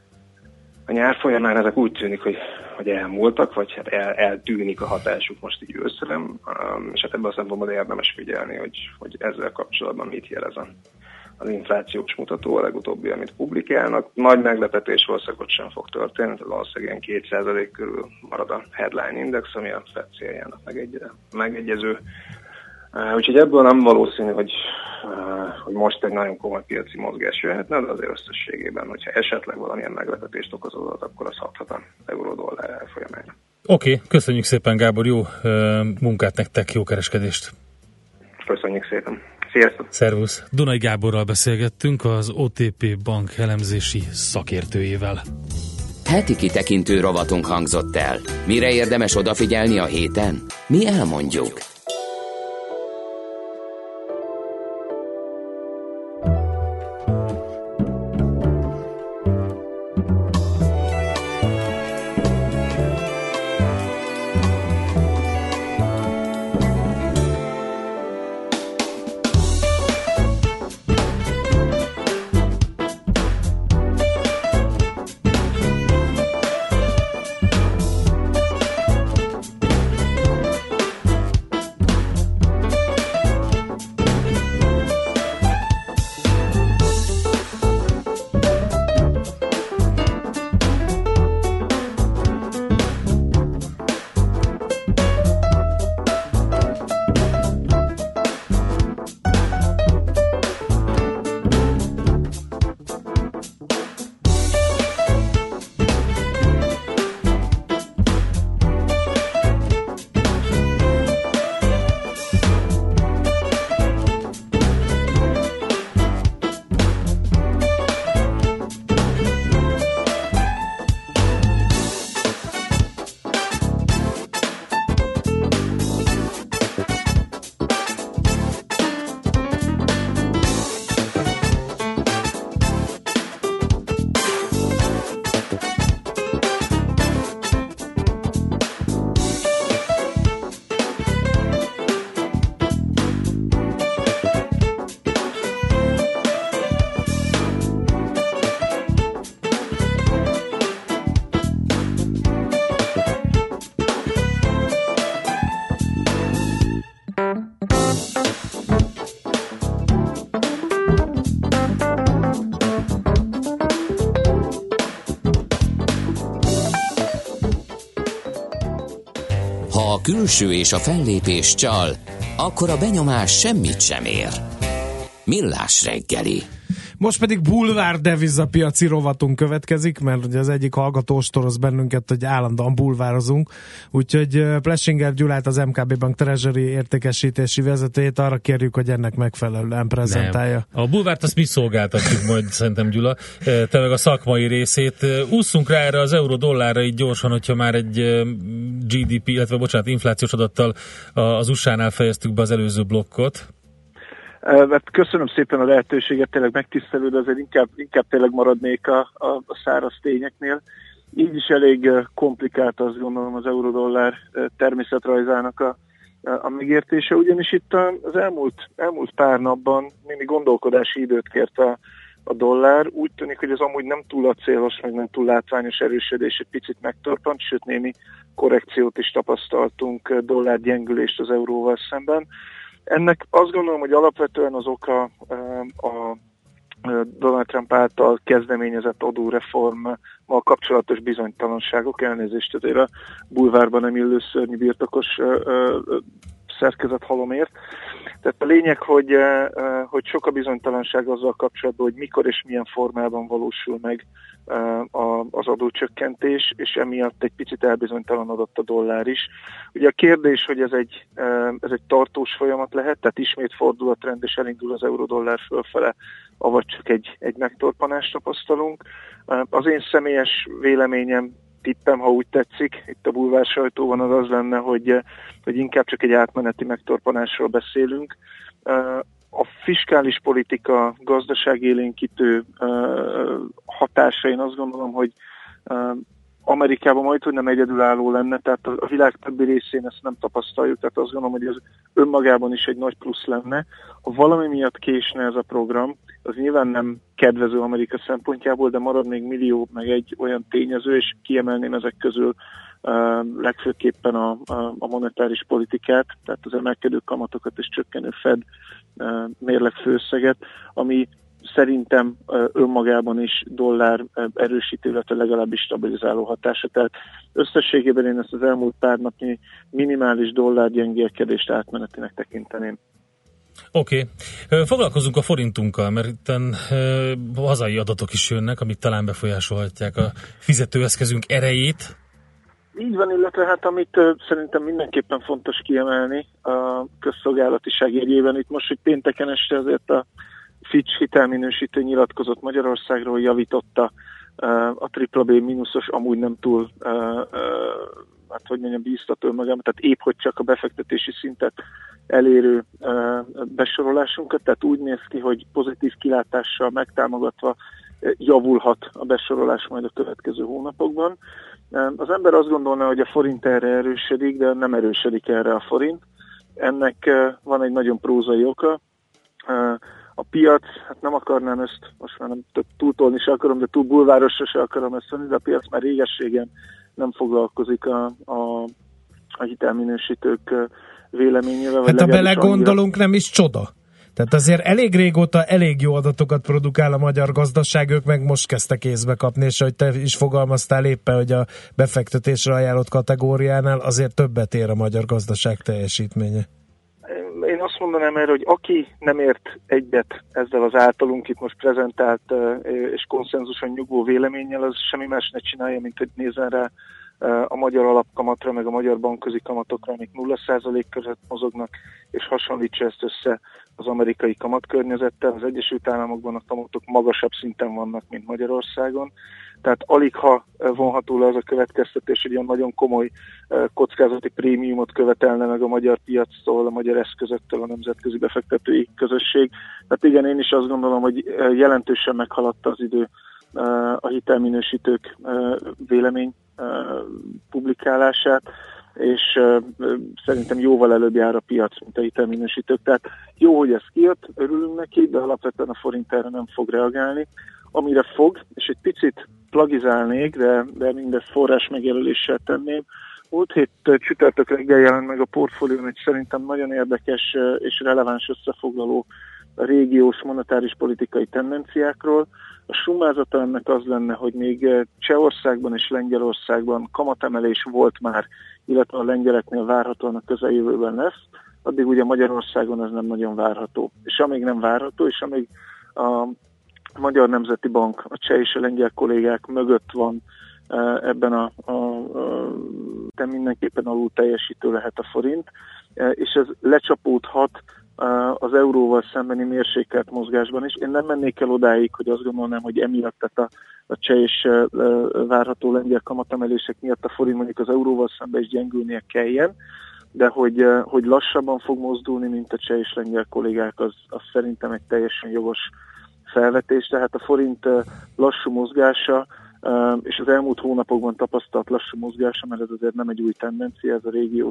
P: A nyár folyamán ezek úgy tűnik, hogy, hogy elmúltak, vagy hát el, eltűnik a hatásuk most így őszre, um, és hát ebben a szempontból érdemes figyelni, hogy, hogy ezzel kapcsolatban mit jelez az inflációs mutató, a legutóbbi, amit publikálnak. Nagy meglepetés valószínűleg ott sem fog történni, tehát valószínűleg ilyen két százalék körül marad a headline index, ami a Fed céljának megegyező. Uh, úgyhogy ebből nem valószínű, hogy, uh, hogy most egy nagyon komoly piaci mozgás jöhetne, de azért összességében, hogyha esetleg valamilyen meglepetést okozódott, akkor az hathat az euró-dollár árfolyamára.
E: Oké, okay, köszönjük szépen, Gábor, jó uh, munkát nektek, jó kereskedést!
P: Köszönjük szépen! Sziasztok!
E: Szervusz! Dunai Gáborral beszélgettünk, az o té pé Bank elemzési szakértőjével.
A: Heti kitekintő rovatunk hangzott el. Mire érdemes odafigyelni a héten? Mi elmondjuk. külső és a fellépés csal, akkor a benyomás semmit sem ér. Millás reggeli.
D: Most pedig bulvár devizapiaci rovatunk következik, mert ugye az egyik hallgató ostoroz bennünket, hogy állandóan bulvározunk, úgyhogy Plessinger Gyulát, az em ká bé Bank Treasury értékesítési vezetőjét arra kérjük, hogy ennek megfelelően prezentálja.
E: Nem. A bulvárt azt mi szolgáltatjuk majd, szerintem, Gyula, te meg a szakmai részét. Ússzunk rá erre az euró-dollárra így gyorsan, hogyha már egy gé dé pé, illetve bocsánat, inflációs adattal az u es á-nál fejeztük be az előző blokkot.
Q: Hát köszönöm szépen a lehetőséget, tényleg megtisztelő, de azért inkább, inkább tényleg maradnék a, a, a száraz tényeknél. Így is elég komplikált, azt gondolom, az euró-dollár természetrajzának a, a megértése, ugyanis itt az elmúlt, elmúlt pár napban némi gondolkodási időt kért a, a dollár. Úgy tűnik, hogy ez amúgy nem túl acélos, meg nem túl látványos erősödés, egy picit megtorpant, sőt némi korrekciót is tapasztaltunk, dollár gyengülést az euróval szemben. Ennek azt gondolom, hogy alapvetően az oka a Donald Trump által kezdeményezett adóreformmal kapcsolatos bizonytalanságok, elnézést azért a bulvárban nem illő szörnyű birtokos szerkezet halomért. Tehát a lényeg, hogy, hogy sok a bizonytalanság azzal kapcsolatban, hogy mikor és milyen formában valósul meg az adócsökkentés, és emiatt egy picit elbizonytalanodott a dollár is. Ugye a kérdés, hogy ez egy, ez egy tartós folyamat lehet, tehát ismét fordul a trend, és elindul az euró-dollár fölfele, avagy csak egy, egy megtorpanást tapasztalunk. Az én személyes véleményem, tippem, ha úgy tetszik, itt a bulvár sajtóban az az lenne, hogy, hogy inkább csak egy átmeneti megtorpanásról beszélünk. A fiskális politika, gazdaságélénkítő hatása, én azt gondolom, hogy Amerikában majd, hogy nem egyedülálló lenne, tehát a világ többi részén ezt nem tapasztaljuk, tehát azt gondolom, hogy ez önmagában is egy nagy plusz lenne. Ha valami miatt késne ez a program, az nyilván nem kedvező Amerika szempontjából, de marad még millió, meg egy olyan tényező, és kiemelném ezek közül uh, legfőképpen a, a, a monetáris politikát, tehát az emelkedő kamatokat és csökkenő Fed uh, mérleg főösszeget, ami szerintem önmagában is dollár erősítő, illetve legalábbis stabilizáló hatása. Tehát összességében én ezt az elmúlt pár napnyi minimális dollár gyengélkedést átmenetinek tekinteném.
E: Oké. Okay. Foglalkozunk a forintunkkal, mert itt hazai adatok is jönnek, amik talán befolyásolhatják a fizetőeszközünk erejét.
Q: Így van, illetve hát amit uh, szerintem mindenképpen fontos kiemelni a közszolgálatiság jegyében, itt most, hogy pénteken este azért a Fitch hitelminősítő nyilatkozott Magyarországról, javította uh, a tripla bé mínuszos, amúgy nem túl uh, uh, hát hogy mondjam, bíztató magam, tehát épp hogy csak a befektetési szintet elérő uh, besorolásunkat, tehát úgy néz ki, hogy pozitív kilátással megtámogatva uh, javulhat a besorolás majd a következő hónapokban. Uh, az ember azt gondolna, hogy a forint erre erősödik, de nem erősödik erre a forint. Ennek uh, van egy nagyon prózai oka. Uh, A piac, hát nem akarnám ezt, most már nem túltolni se akarom, de túl bulvárosra se akarom ezt mondani, de a piac már régességen nem foglalkozik a, a, a hitelminősítők véleményével.
D: Hát ha belegondolunk, nem is csoda. Tehát azért elég régóta elég jó adatokat produkál a magyar gazdaság, ők meg most kezdtek észbe kapni, és ahogy te is fogalmaztál éppen, hogy a befektetésre ajánlott kategóriánál azért többet ér a magyar gazdaság teljesítménye.
Q: Én azt mondanám erre, hogy aki nem ért egyet ezzel az általunk itt most prezentált és konszenzuson nyugvó véleménnyel, az semmi más ne csinálja, mint hogy nézzen rá a magyar alapkamatra, meg a magyar bankközi kamatokra, amik nulla százalék között mozognak, és hasonlítsa ezt össze az amerikai kamatkörnyezettel. Az Egyesült Államokban a kamatok magasabb szinten vannak, mint Magyarországon. Tehát alig ha vonható le az a következtetés, hogy ilyen nagyon komoly kockázati prémiumot követelne meg a magyar piactól, a magyar eszközöktől a nemzetközi befektetői közösség. Tehát igen, én is azt gondolom, hogy jelentősen meghaladta az idő a hitelminősítők vélemény publikálását, és szerintem jóval előbb jár a piac, mint a hitelminősítők. Tehát jó, hogy ez kijött, örülünk neki, de alapvetően a forint erre nem fog reagálni. Amire fog, és egy picit plagizálnék, de, de mindezt forrás megjelöléssel tenném. Múlt hét csütörtök reggel jelent meg a portfólión egy szerintem nagyon érdekes és releváns összefoglaló a régiós monetáris politikai tendenciákról. A summázata ennek az lenne, hogy még Csehországban és Lengyelországban kamatemelés volt már, illetve a lengyeleknél várhatóan a közeljövőben lesz, addig ugye Magyarországon ez nem nagyon várható. És amíg nem várható, és amíg a Magyar Nemzeti Bank, a cseh és a lengyel kollégák mögött van ebben a, a, a de mindenképpen alul teljesítő lehet a forint, és ez lecsapódhat az euróval szembeni mérsékelt mozgásban is. Én nem mennék el odáig, hogy azt gondolnám, hogy emiatt, tehát a, a cseh és várható lengyel kamatemelések miatt a forint mondjuk az euróval szemben is gyengülnie kelljen, de hogy, hogy lassabban fog mozdulni, mint a cseh és lengyel kollégák, az, az szerintem egy teljesen jogos felvetés. Tehát a forint lassú mozgása, és az elmúlt hónapokban tapasztalt lassú mozgása, mert ez azért nem egy új tendencia, ez a régiós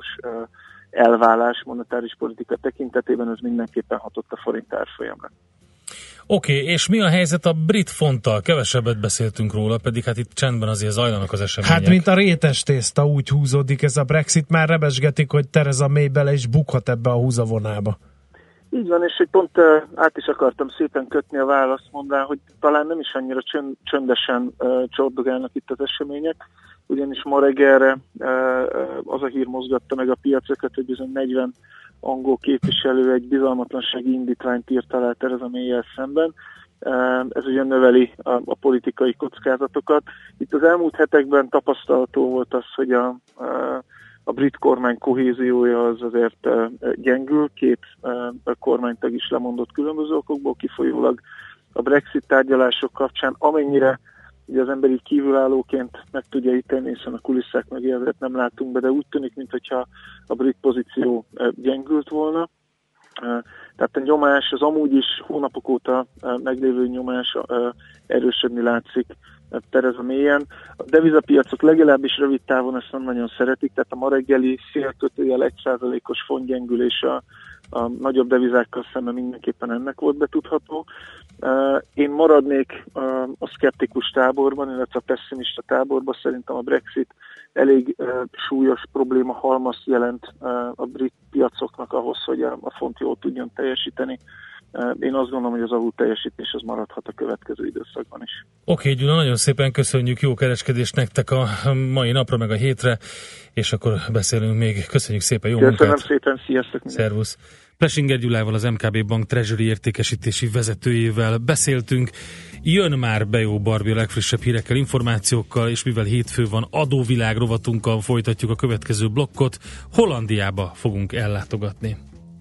Q: elválás monetáris politika tekintetében, ez mindenképpen hatott a forint árfolyamra.
E: Oké, okay, és mi a helyzet a brit fonttal? Kevesebbet beszéltünk róla, pedig hát itt csendben azért zajlanak az események.
D: Hát mint a rétes tészta úgy húzódik ez a Brexit, már rebesgetik, hogy Theresa May bele is bukhat ebbe a húzavonába.
Q: Így van, és egy pont uh, át is akartam szépen kötni a választ, mondván, hogy talán nem is annyira csönd, csöndesen uh, csordogálnak itt az események, ugyanis ma reggelre uh, az a hír mozgatta meg a piacokat, hogy bizony negyven angol képviselő egy bizalmatlansági indítványt írt alá Theresa May-jel szemben. Uh, ez ugye növeli a, a politikai kockázatokat. Itt az elmúlt hetekben tapasztalható volt az, hogy a uh, A brit kormány kohéziója az azért uh, gyengül, két uh, kormánytag is lemondott különböző okokból kifolyólag a Brexit tárgyalások kapcsán, amennyire ugye az ember így kívülállóként meg tudja ítélni, hiszen a kulisszák mögé azért nem látunk be, de úgy tűnik, mintha a brit pozíció uh, gyengült volna. Uh, tehát a nyomás, az amúgy is hónapok óta uh, meglévő nyomás uh, erősödni látszik Theresa May-en. A devizapiacok legalábbis rövid távon ezt nem nagyon szeretik, tehát a ma reggeli félkötőjel egy százalékos fontgyengülés a, a nagyobb devizákkal szemben mindenképpen ennek volt betudható. Én maradnék a szkeptikus táborban, illetve a pessimista táborban. Szerintem a Brexit elég súlyos probléma halmaz jelent a brit piacoknak ahhoz, hogy a font jól tudjon teljesíteni. Én azt gondolom, hogy az alul teljesítés az maradhat a következő időszakban is.
E: Oké, Gyula, nagyon szépen köszönjük, jó kereskedést nektek a mai napra, meg a hétre, és akkor beszélünk még. Köszönjük szépen, jó
Q: Köszönöm
E: munkát!
Q: Köszönöm szépen, sziasztok!
E: Szervusz! Plesinger Gyulával, az em ká bé Bank Treasury értékesítési vezetőjével beszéltünk. Jön már Bejó Barbi a legfrissebb hírekkel, információkkal, és mivel hétfő van, adóvilág rovatunkkal folytatjuk a következő blokkot. Hollandiába fogunk ellátogatni.